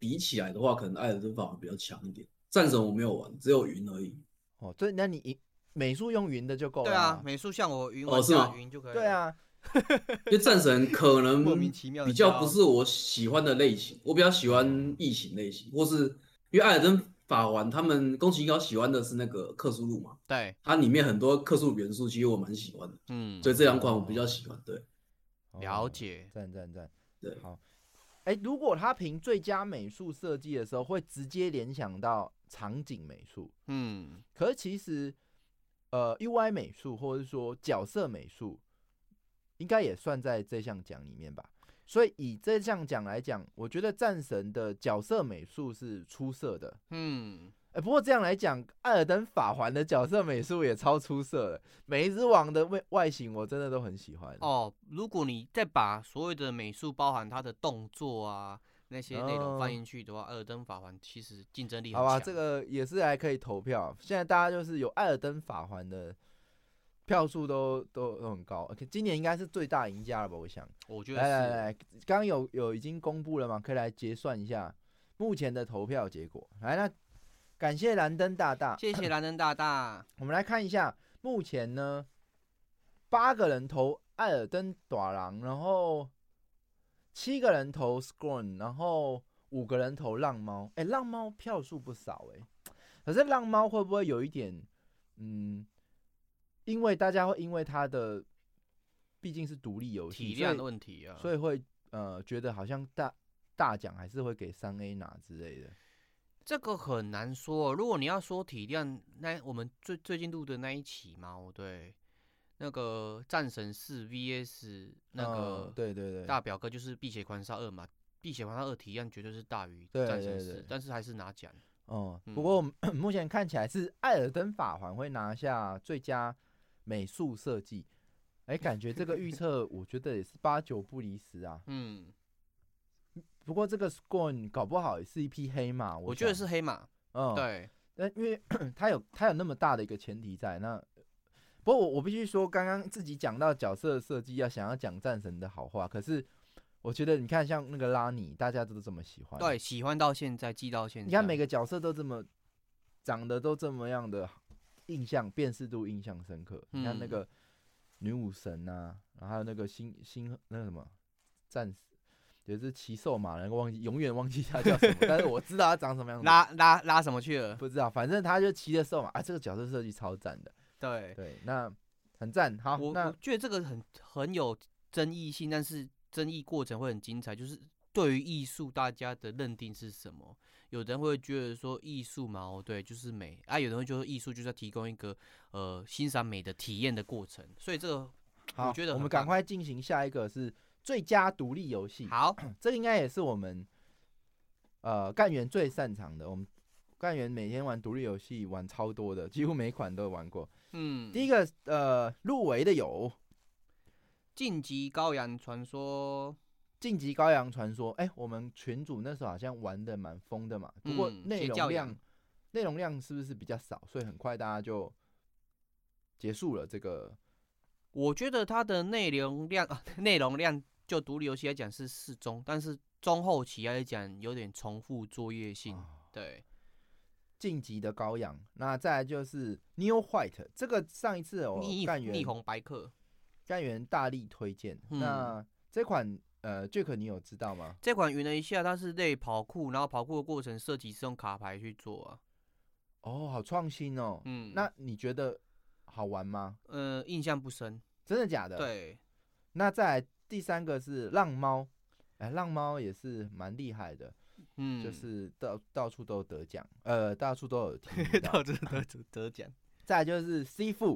比起来的话，可能艾尔登法环比较强一点。战神我没有玩，只有云而已。 哦，对，那你美术用云的就够了。 对啊，美术像我云玩是吗？ 云就可以了。 对啊， 因为战神可能莫名其妙的比较不是我喜欢的类型，我比较喜欢异形类型，或是因为艾尔登法环他们宫崎英高喜欢的是那个克苏鲁嘛， 对， 它里面很多克苏鲁元素，其实我蛮喜欢的，所以这两款我比较喜欢。对， 了解， 赞， 对， 好。如果他评最佳美术设计的时候，会直接联想到场景美术，可是其实UI 美术或者说角色美术，应该也算在这项奖里面吧。所以以这项奖来讲，我觉得战神的角色美术是出色的。不过这样来讲，艾尔登法环的角色美术也超出色的，每一只王的外形我真的都很喜欢。 如果你再把所有的美术包含它的动作啊那些内容放进去的话，艾尔登法环其实竞争力很强。 好吧，这个也是还可以投票。现在大家就是有艾尔登法环的票数都很高，今年应该是最大赢家了吧？我想。 我觉得是。 来，刚刚有已经公布了吗？可以来结算一下目前的投票结果。来，那感谢蓝灯大大， 谢谢蓝灯大大。 我们来看一下，目前呢，8个人投艾尔登大人，然后7个人投 Scorn， 然后5个人投浪猫。浪猫票数不少可是浪猫会不会有一点，因为大家会因为它的毕竟是独立游戏， 体量的问题啊， 所以会觉得好像大奖还是会给3A 拿之类的。 这个很难说。如果你要说体量，那我们最近录的那一期嘛，对，那个战神4 VS 那个对大表哥就是碧血狂杀2嘛，碧血狂杀2体量绝对是大于战神4，但是还是拿奖。 不过目前看起来是艾尔登法环会拿下最佳美术设计。感觉这个预测我觉得也是8、9不离10啊。不过这个 Scorn 搞不好也是一匹黑马， 我觉得是黑马。对， 但因为他有那么大的一个前提在那。不过我必须说，刚刚自己讲到角色设计，想要讲战神的好话，可是我觉得你看像那个拉尼，大家都这么喜欢， 对，喜欢到现在，记到现在。 你看每个角色都这么长得都这么样的辨识度印象深刻。你看那个女武神啊，然后还有那个新那个什么战士。也是骑兽马，永远忘记他叫什么，但是我知道他长什么样子。 拉什么去了？ 不知道，反正他就骑着兽马这个角色设计超赞的。对，那很赞。好， 我觉得这个很有争议性，但是争议过程会很精彩。就是对于艺术，大家的认定是什么？有人会觉得说艺术嘛，对，就是美啊；有人会觉得艺术就是要提供一个欣赏美的体验的过程。所以这个我觉得我们赶快进行下一个是。最佳独立游戏， 好， 这个应该也是我们干员最擅长的。我们干员每天玩独立游戏玩超多的，几乎每款都有玩过。第一个入围的有《 晋级羔羊传说》。 晋级羔羊传说，我们群组那时候好像玩的蛮疯的嘛，不过内容量是不是比较少，所以很快大家就结束了这个。 我觉得它的内容量。就独立游戏来讲是适中，但是中后期来讲有点重复作业性。对， 晋级的羔羊，那再来就是 Neo White， 这个上一次干员逆红白客干员大力推荐。那这款Jack 你有知道吗？ 这款云了一下，它是类跑酷，然后跑酷的过程设计是用卡牌去做啊。 好创新哦。那你觉得好玩吗？ 印象不深。 真的假的？ 对。 那再来第3个是浪猫，浪猫也是蛮厉害的，就是到处都得奖，到处都有听到， 到处都得奖。 再来就是C父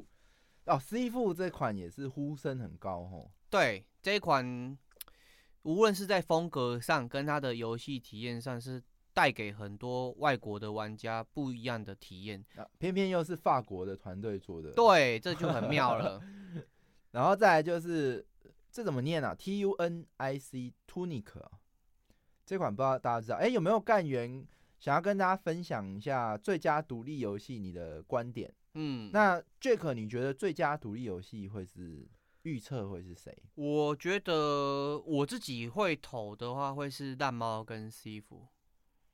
，C父这款也是呼声很高哦。 对，这一款无论是在风格上跟它的游戏体验上，是带给很多外国的玩家不一样的体验。 偏偏又是法国的团队做的， 对，这就很妙了。 然后再来就是。这怎么念啊 ？TUNIC Tunic 啊，这款不知道大家知道。有没有干员想要跟大家分享一下最佳独立游戏你的观点？那 Jack 你觉得最佳独立游戏会是预测会是谁？ 我觉得我自己会投的话，会是烂猫跟 C 服。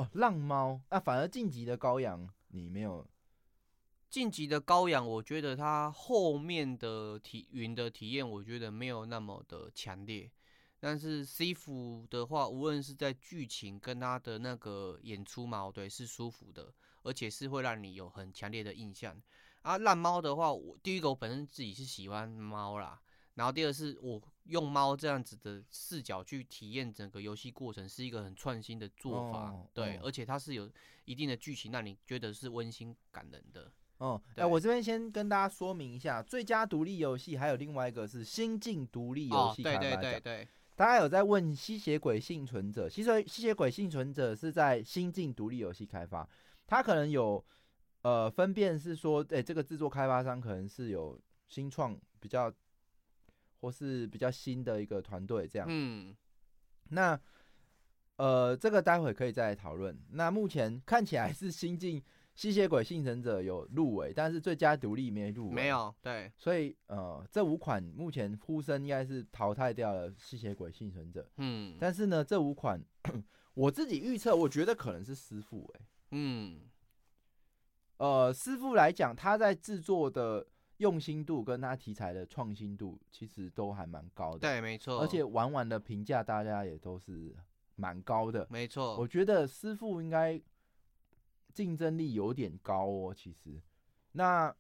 哦，浪猫反而晋级的羔羊你没有。 晋级的羔羊，我觉得它后面的云的体验，我觉得没有那么的强烈。但是 C 服的话，无论是在剧情跟它的那个演出嘛，对，是舒服的，而且是会让你有很强烈的印象。啊，烂猫的话，第一个我本身自己是喜欢猫啦，然后第二是我用猫这样子的视角去体验整个游戏过程，是一个很创新的做法，对，而且它是有一定的剧情，让你觉得是温馨感人的。 我这边先跟大家说明一下，最佳独立游戏还有另外一个是新晋独立游戏开发奖。 对。 大家有在问吸血鬼幸存者，吸血鬼幸存者是在新晋独立游戏开发，它可能有分辨是说，这个制作开发商可能是有新创比较或是比较新的一个团队这样。那这个待会可以再来讨论。那目前看起来是新晋吸血鬼幸存者有入围，但是最佳独立没入围。 没有，对。 所以这5款目前呼声应该是淘汰掉了吸血鬼幸存者。但是呢，这5款我自己预测，我觉得可能是师傅。师傅来讲，他在制作的用心度跟他题材的创新度其实都还蛮高的。 对，没错。 而且玩的评价大家也都是蛮高的。 没错。 我觉得师傅应该竞争力有点高哦，其实。那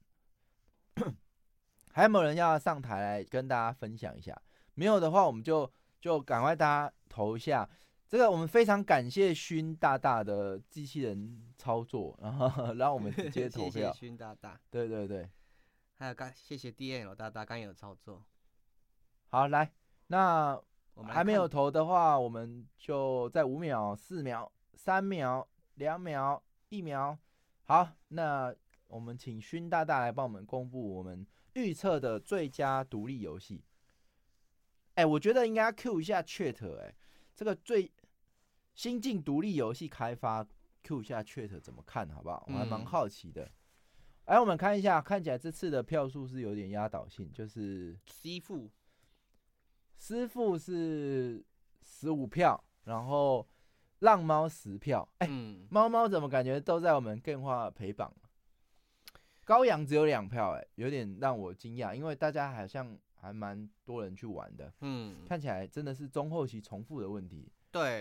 还有没有人要上台来跟大家分享一下？没有的话，我们就赶快大家投一下。这个我们非常感谢勋大大的机器人操作，然后让我们直接投票。 谢谢勋大大。 对。 还有谢谢 DN 大大刚有操作。 好，来，那还没有投的话，我们就在5秒、4秒、3秒、2秒、1秒。好，那我们请勋大大来帮我们公布我们预测的最佳独立游戏。我觉得应该要 Q 一下 Chat， 这个最新晋独立游戏开发 Q 一下 Chat 怎么看，好不好？我还蛮好奇的。我们看一下，看起来这次的票数是有点压倒性，就是师傅是15票，然后浪猫10票。猫怎么感觉都在我们更化陪榜？羔羊只有2票，有点让我惊讶，因为大家好像还蛮多人去玩的。看起来真的是中后期重复的问题。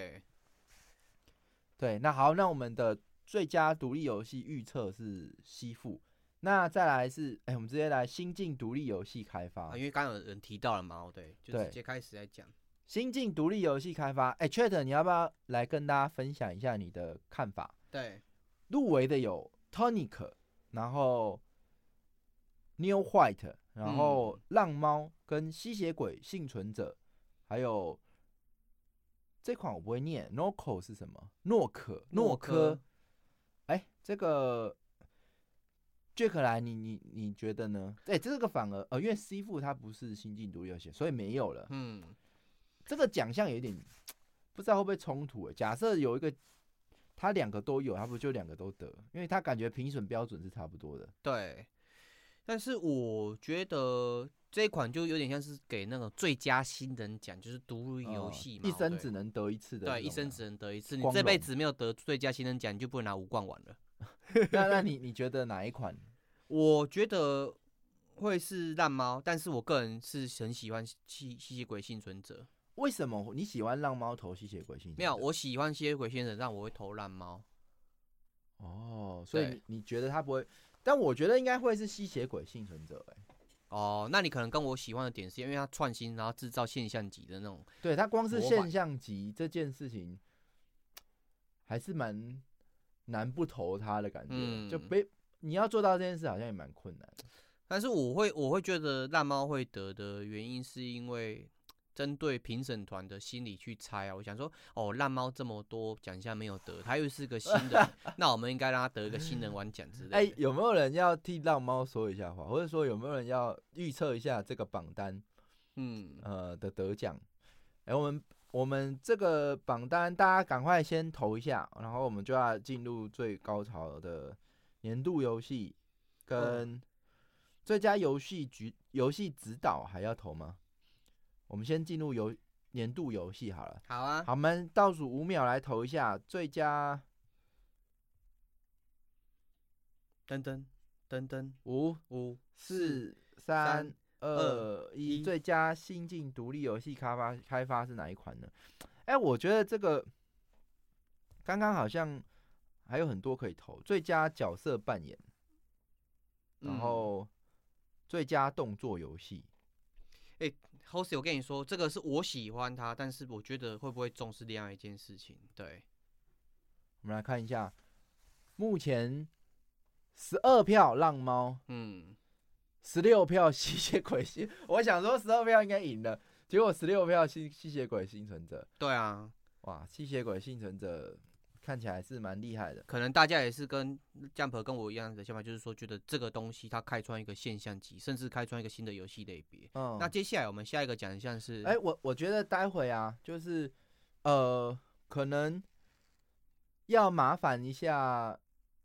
对，那好，那我们的最佳独立游戏预测是吸附。那再来是，我们直接来新晋独立游戏开发， 因为刚刚有人提到了嘛，对，就直接开始来讲新晋独立游戏开发。Chat， 你要不要来跟大家分享一下你的看法？ 对， 入围的有 Tonic， 然后 New White， 然后浪猫跟吸血鬼幸存者，还有这款我不会念 ，Noco 是什么？诺科。这个。Jack 来，你觉得呢？这个反而因为 C 副它不是新晋独立游戏，所以没有了。这个奖项有点不知道会不会冲突。假设有一个他2个都有，他不就2个都得？因为他感觉评审标准是差不多的。 对，但是我觉得这一款就有点像是给那个最佳新人奖，就是独立游戏嘛， 一生只能得一次的。 对，一生只能得一次，你这辈子没有得最佳新人奖，你就不能拿5冠王了。 那你觉得哪一款？ 我觉得会是烂猫，但是我个人是很喜欢吸血鬼幸存者。 为什么你喜欢浪猫投吸血鬼幸存者？ 没有，我喜欢吸血鬼幸存者，但我会投烂猫。 所以你觉得他不会？但我觉得应该会是吸血鬼幸存者。 那你可能跟我喜欢的点是因为他创新，然后制造现象级的那种。 对，他光是现象级这件事情，还是蛮难不投他的感觉。就你要做到这件事，好像也蛮困难的。 但是我会觉得烂猫会得的原因，是因为针对评审团的心理去猜啊。我想说，烂猫这么多奖项没有得，他又是个新人，那我们应该让他得一个新人王奖之类的。 有没有人要替浪猫说一下话，或者说有没有人要预测一下这个榜单，的得奖？我们这个榜单大家赶快先投一下，然后我们就要进入最高潮的年度游戏跟最佳游戏指导，还要投吗？我们先进入年度游戏好了。 好啊， 好，我们倒数5秒来投一下最佳。 噔噔噔噔 5、 5、 4、3、2、1，最佳新晋独立游戏开发是哪一款呢？我觉得这个刚刚好像还有很多可以投，最佳角色扮演，然后最佳动作游戏。 Jose， 我跟你说，这个是我喜欢它，但是我觉得会不会中是另外一件事情。对， 我们来看一下，目前12票浪猫，16票吸血鬼我想说12票应该赢了，结果16票吸血鬼幸存者。 对啊， 哇，吸血鬼幸存者看起来是蛮厉害的。 可能大家也是跟 Jump 跟我一样的想法，就是说觉得这个东西它开创一个现象级，甚至开创一个新的游戏类别。那接下来我们下一个奖项是， 我觉得待会啊，就是可能要麻烦一下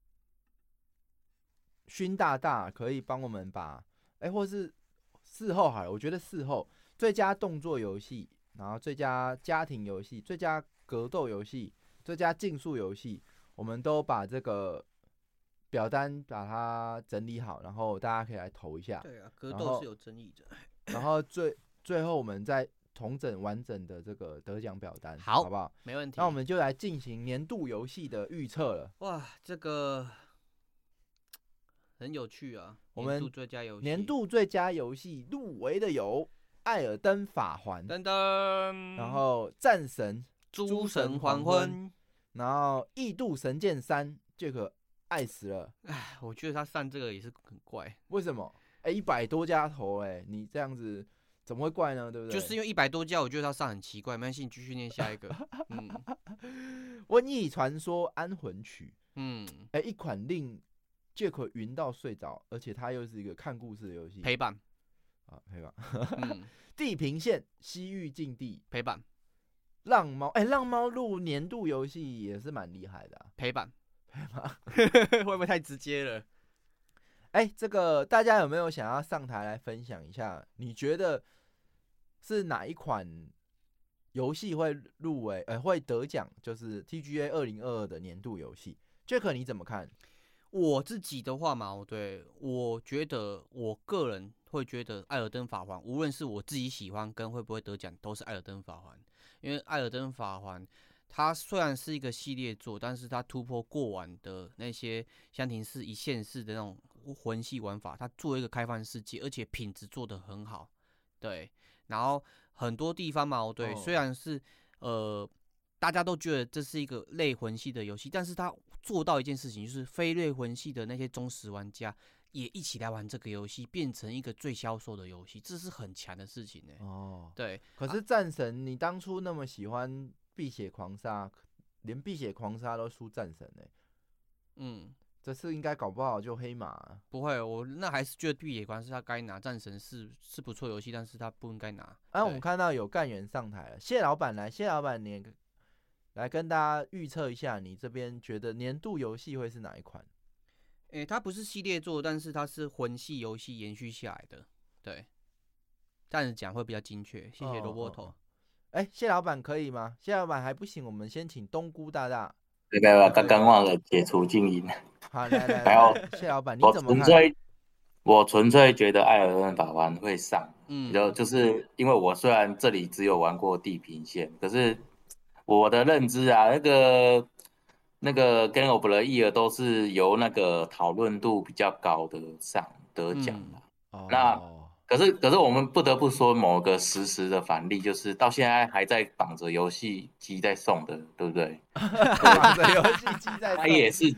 勋大大，可以帮我们把或是事后好了，我觉得事后最佳动作游戏，然后最佳家庭游戏、最佳格斗游戏、最佳竞速游戏，我们都把这个表单把它整理好，然后大家可以来投一下。 对啊，格斗是有争议的。 然后最后我们再统整完整的这个得奖表单，好不好？ 没问题。 那我们就来进行年度游戏的预测了。 哇，这个很有趣啊！ 我们年度最佳游戏， 年度最佳游戏入围的有《艾尔登法环》， 噔噔， 然后《战神》、 诸神黄昏， 然后《异度神剑3》，这个爱死了。 我觉得他上这个也是很怪， 为什么？100多家投，你这样子怎么会怪呢？对不对？ 就是因为100多家，我觉得他上很奇怪。没关系，你继续念下一个。 瘟疫传说安魂曲，一款令Jack 云到睡着，而且它又是一个看故事的游戏， 陪伴啊，陪伴。地平线西域禁地陪伴， 浪猫，浪猫入年度游戏也是蛮厉害的， 陪伴，会不会太直接了？ 这个大家有没有想要上台来分享一下？你觉得是哪一款游戏会入围，会得奖？就是 TGA 2022的年度游戏 ，Jack 你怎么看？ 我自己的话嘛，我觉得我个人会觉得《艾尔登法环》，无论是我自己喜欢跟会不会得奖，都是《艾尔登法环》，因为《艾尔登法环》它虽然是一个系列作，但是它突破过往的那些箱庭式一线式的那种魂系玩法，它做一个开放世界，而且品质做得很好，对。然后很多地方嘛，虽然是大家都觉得这是一个类魂系的游戏，但是它做到一件事情，就是非类魂系的那些忠实玩家也一起来玩这个游戏，变成一个最销售的游戏，这是很强的事情对。 可是战神，你当初那么喜欢碧血狂杀，连碧血狂杀都输战神这次应该搞不好就黑马。 不会，我那还是觉得碧血狂杀该拿，战神是不错游戏，但是他不应该拿。 我们看到有干员上台了，谢老板来，谢老板你来跟大家预测一下，你这边觉得年度游戏会是哪一款？ 它不是系列作，但是它是魂系游戏延续下来的，对。这样子讲会比较精确，谢谢萝卜头。 谢老板可以吗？谢老板还不行，我们先请冬菇大大。 这个刚刚忘了解除静音。 好，来，谢老板你怎么看？ 我纯粹觉得《艾尔登法环》会上，就是因为我虽然这里只有玩过地平线，可是我的认知啊，那个 Game of the Year 都是由那个讨论度比较高的上得奖的。那可是我们不得不说某个实时的反例，就是到现在还在绑着游戏机在送的，对不对？ 绑着游戏机在送， 它也是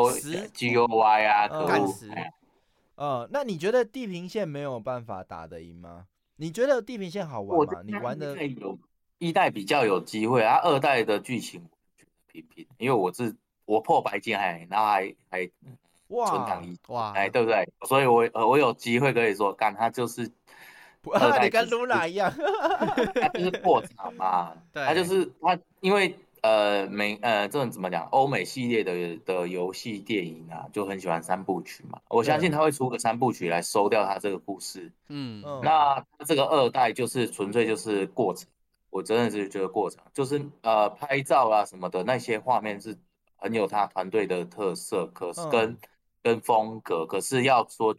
GOY 啊，可恶。 那你觉得地平线没有办法打得赢吗？你觉得地平线好玩吗？你玩的一代比较有机会啊，二代的剧情平平，因为我破白金然后还存档哇， 对不对？所以我有机会可以说，他就是你跟露娜一样， 他就是破产嘛，他就是他，因为这种怎么讲，欧美系列的游戏电影啊，就很喜欢3部曲嘛，我相信他会出个3部曲来收掉他这个故事。那这个2代就是纯粹就是过程， 我真的是觉得过场就是拍照啊什么的那些画面是很有他团队的特色，可是跟风格，可是要说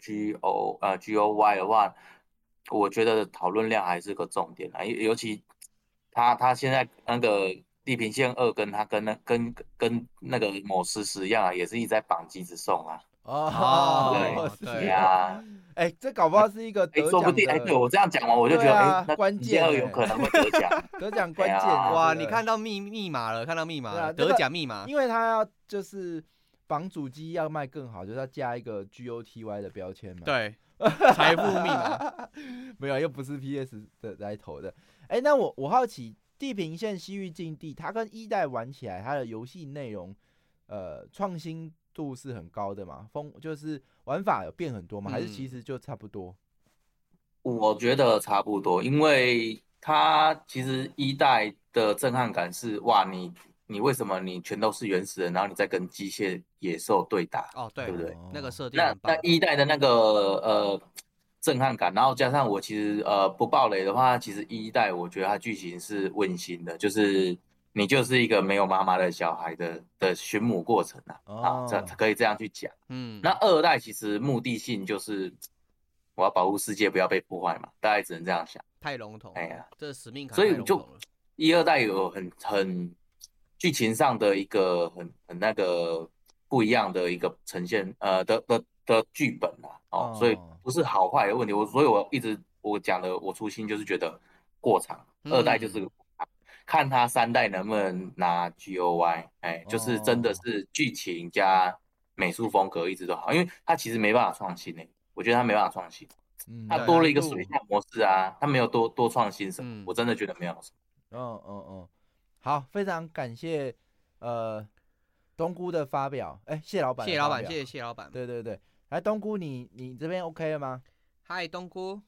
GOY 的话，我觉得讨论量还是个重点啊，尤其他现在那个地平线2跟他跟那个某时一样啊，也是一直在绑机子送啊。对啊， 哎，这搞不好是一个得奖的， 说不定对我这样讲完，我就觉得那关键有可能会得奖， 得奖关键哇！你看到密码了，看到密码了，得奖密码， 因为他要就是绑主机要卖更好，就是要加一个 GOTY 的标签嘛。 对，财富密码没有，又不是 PS 的来投的。哎，那我好奇，地平线西域禁地，它跟1代玩起来，它的游戏内容创新度是很高的嘛？就是玩法有变很多吗？还是其实就差不多？ 我觉得差不多，因为它其实1代的震撼感是哇，你为什么你全都是原始人，然后你再跟机械野兽对打？ 哦，对不对？ 那个设定那1代的那个震撼感，然后加上我其实不爆雷的话，其实1代我觉得它剧情是温馨的，就是你就是一个没有妈妈的小孩的寻母过程啊，这可以这样去讲。那2代其实目的性就是我要保护世界不要被破坏嘛，大概只能这样想。 太笼统，哎呀，这使命感所以就1、2代有很剧情上的一个很那个不一样的一个呈现的剧本啊，所以不是好坏的问题。所以我讲的我初心就是觉得过场，2代就是看他3代能不能拿 GOY， 就是真的是剧情加美术风格一直都好，因为他其实没办法创新我觉得他没办法创新，他多了一个水下模式啊，他没有多创新什么，我真的觉得没有什么。好，非常感谢冬菇的发表，谢老板， 谢老板，谢老板， 对对对，来冬菇你这边 OK 了吗？ 嗨，冬菇，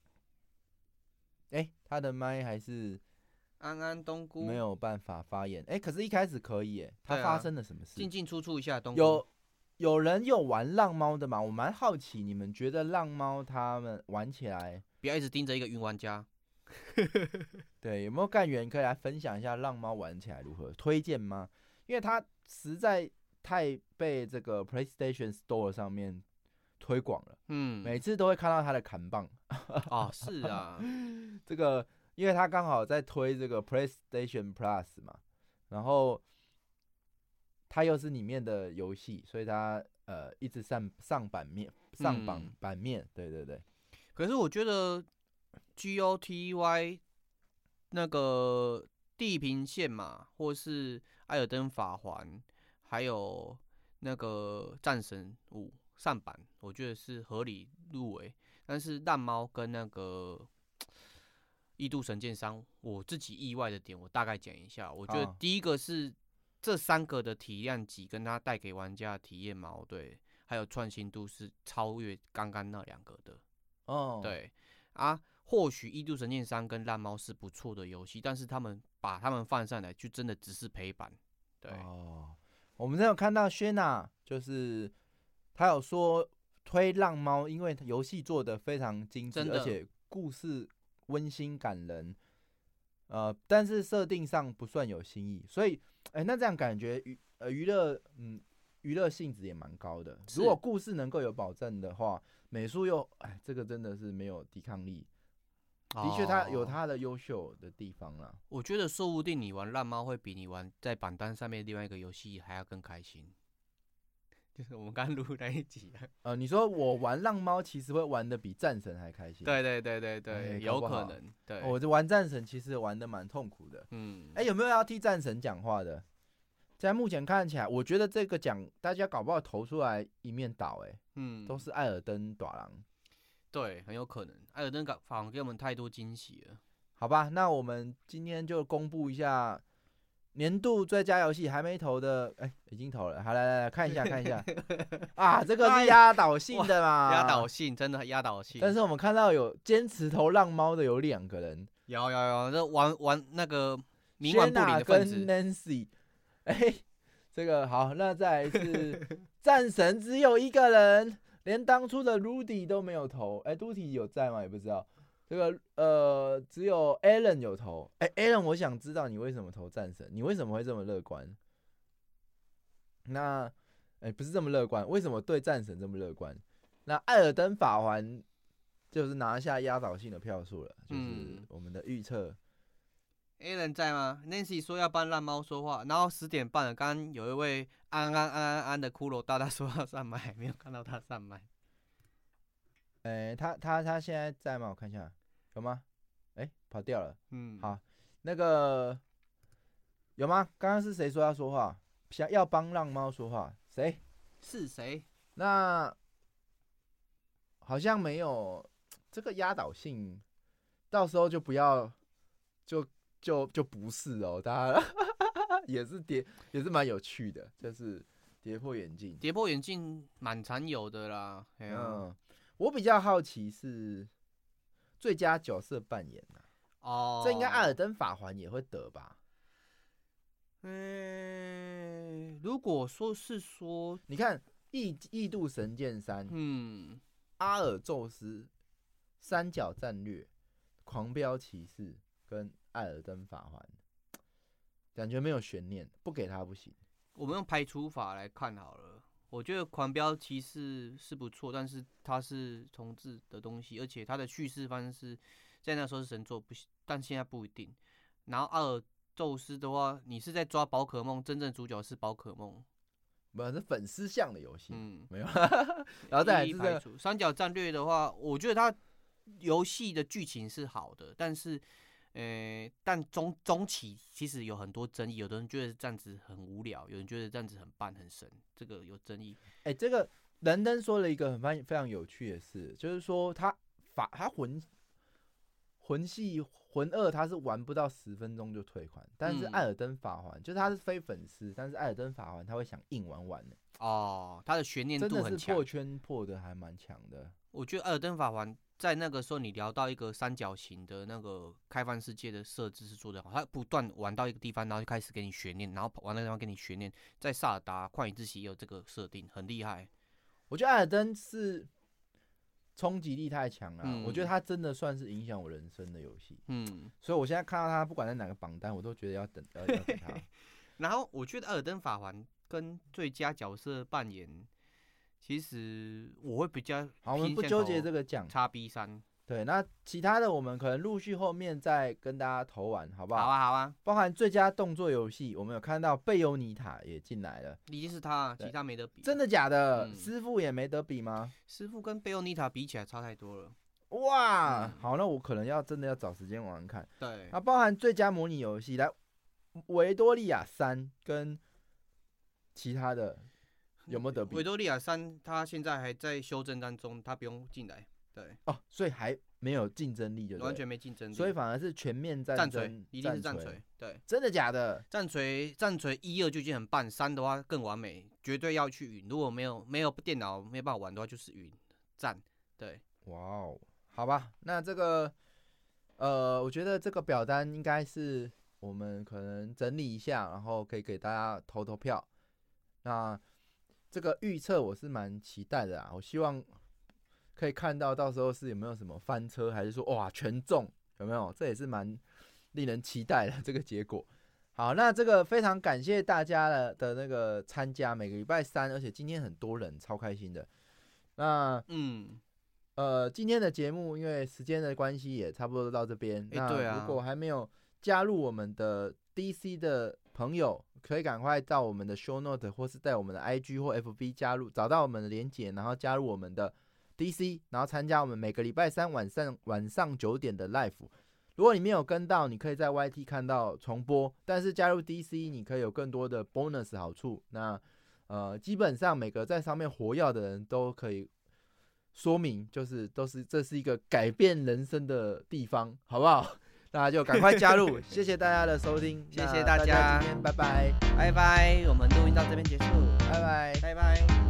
他的麦还是安冬菇没有办法发言，可是一开始可以他发生了什么事？ 进出出一下冬菇。 有人有玩浪猫的吗？我蛮好奇，你们觉得浪猫他们玩起来， 不要一直盯着一个云玩家。 对，有没有干员可以来分享一下浪猫玩起来如何？推荐吗？因为它实在太被这个 PlayStation Store 上面推广了，每次都会看到它的砍棒。 是啊， 这个因为它刚好在推这个 PlayStation Plus 嘛，然后它又是里面的游戏，所以它一直上版面，对对对。 可是我觉得 GOTY 那个地平线嘛，或是艾尔登法环，还有那个战神5上版，我觉得是合理入围。但是烂猫跟那个异度神剑3，我自己意外的点，我大概讲一下。我觉得第一个是这3个的体量级跟它带给玩家的体验嘛，对，还有创新度是超越刚刚那2个的。对啊，或许异度神剑3跟烂猫是不错的游戏，但是把他们放上来，就真的只是陪伴。对我们这有看到轩娜，就是他有说推浪猫，因为游戏做得非常精致，而且故事温馨感人，但是设定上不算有新意，所以那这样感觉娱乐性质也蛮高的。如果故事能够有保证的话，美术又这个真的是没有抵抗力。的确，它有它的优秀的地方啦。 我觉得说不定你玩烂猫会比你玩在榜单上面另外一个游戏还要更开心。就是我们刚录那一集你说我玩浪猫其实会玩的比战神还开心。 对，有可能。对， 我玩战神其实玩的蛮痛苦的。有没有要替战神讲话的？现在目前看起来，我觉得这个奖大家搞不好投出来一面倒都是艾尔登大人。 对，很有可能。艾尔登反而给我们太多惊喜了。 好吧，那我们今天就公布一下年度最佳游戏还没投的，已经投了。好，来看一下这个是压倒性的嘛？ 压倒性，真的压倒性。 但是我们看到有坚持投浪猫的有2个人， 有，这玩那个冥顽不灵的分子。 跟 Nancy， 这个好，那再来是战神只有1个人。连当初的 Rudy 都没有投，Rudy 有在吗？也不知道。 这个只有 Alan 有投。Alan， 我想知道你为什么投战神？你为什么会这么乐观？那不是这么乐观，为什么对战神这么乐观？那艾尔登法环就是拿下压倒性的票数了，就是我们的预测。 Alan 在吗 ？Nancy 说要帮烂猫说话，然后10点半了，刚刚有一位安的骷髅大大说要上麦，没有看到他上麦。 他现在在吗？我看一下，有吗？跑掉了。好，那个有吗？刚刚是谁说要说话？想要帮浪猫说话？谁？ 是谁？ 那好像没有这个压倒性，到时候就不要就不是哦，大家也是蛮有趣的，就是跌破眼镜。 跌破眼镜蛮常有的啦。 我比较好奇是最佳角色扮演这应该艾尔登法环也会得吧？ 如果说是说， 你看异度神剑3，阿尔宙斯、三角战略、狂飙骑士跟艾尔登法环，感觉没有悬念，不给他不行。 我们用排除法来看好了。我觉得狂飙骑士是不错，但是它是重置的东西，而且它的叙事方式在那时候是神作，不行，但现在不一定。然后阿尔宙斯的话，你是在抓宝可梦，真正主角是宝可梦， 不是粉丝向的游戏，没有。然后再来是这个三角战略的话，我觉得它游戏的剧情是好的，但是。但中期其实有很多争议，有的人觉得这样子很无聊，有人觉得这样子很棒很神，这个有争议。 这个人登说了一个非常有趣的事，就是说他魂系魂2他是玩不到10分钟就退款，但是艾尔登法环就是他是非粉丝，但是艾尔登法环他会想硬玩的。 他的悬念度很强， 真的是破圈破的还蛮强的。 我觉得艾尔登法环在那个时候，你聊到一个三角形的那个开放世界的设置是做得好，他不断玩到一个地方，然后就开始给你悬念，然后玩那个地方给你悬念。在萨尔达旷野之息也有这个设定，很厉害。 我觉得艾尔登是冲击力太强了，我觉得他真的算是影响我人生的游戏。所以我现在看到他不管在哪个榜单，我都觉得要等他。 然后我觉得艾尔登法环跟最佳角色扮演，其实我会比较好，我们不纠结这个奖 ，XB3。 对，那其他的我们可能陆续后面再跟大家投完，好不好？ 好啊。 包含最佳动作游戏，我们有看到贝尤尼塔也进来了， 已经是他，其他没得比。 真的假的？师傅也没得比吗？ 师傅跟贝尤尼塔比起来差太多了。 哇，好，那我可能真的要找时间玩玩看。 对， 那包含最佳模拟游戏，来维多利亚3跟其他的有没有得比？ 维多利亚3它现在还在修正当中，它不用进来。对所以还没有竞争力， 完全没竞争力， 所以反而是全面战争， 一定是战锤。对， 真的假的？ 战锤1、2就已经很棒，3的话更完美，绝对要去云。如果没有电脑没办法玩的话，就是云战。对， 哇哦，好吧，那这个我觉得这个表单应该是我们可能整理一下，然后可以给大家投票。那这个预测我是蛮期待的我希望可以看到时候是有没有什么翻车，还是说哇全中，有没有？这也是蛮令人期待的这个结果。好，那这个非常感谢大家的那个参加，每个礼拜3，而且今天很多人，超开心的。那今天的节目因为时间的关系也差不多到这边。那如果还没有加入我们的 DC 的朋友，可以赶快到我们的 show note 或是在我们的 IG 或 FB 加入，找到我们的连结，然后加入我们的 DC， 然后参加我们每个礼拜3晚上9点的 live。如果你没有跟到，你可以在 YT 看到重播，但是加入 DC 你可以有更多的 bonus 好处。那基本上每个在上面活跃的人都可以说明，就是这是一个改变人生的地方，好不好？大家就赶快加入。谢谢大家的收听， 谢谢大家， 今天拜拜， 拜拜，我们录音到这边结束， 拜拜， 拜拜。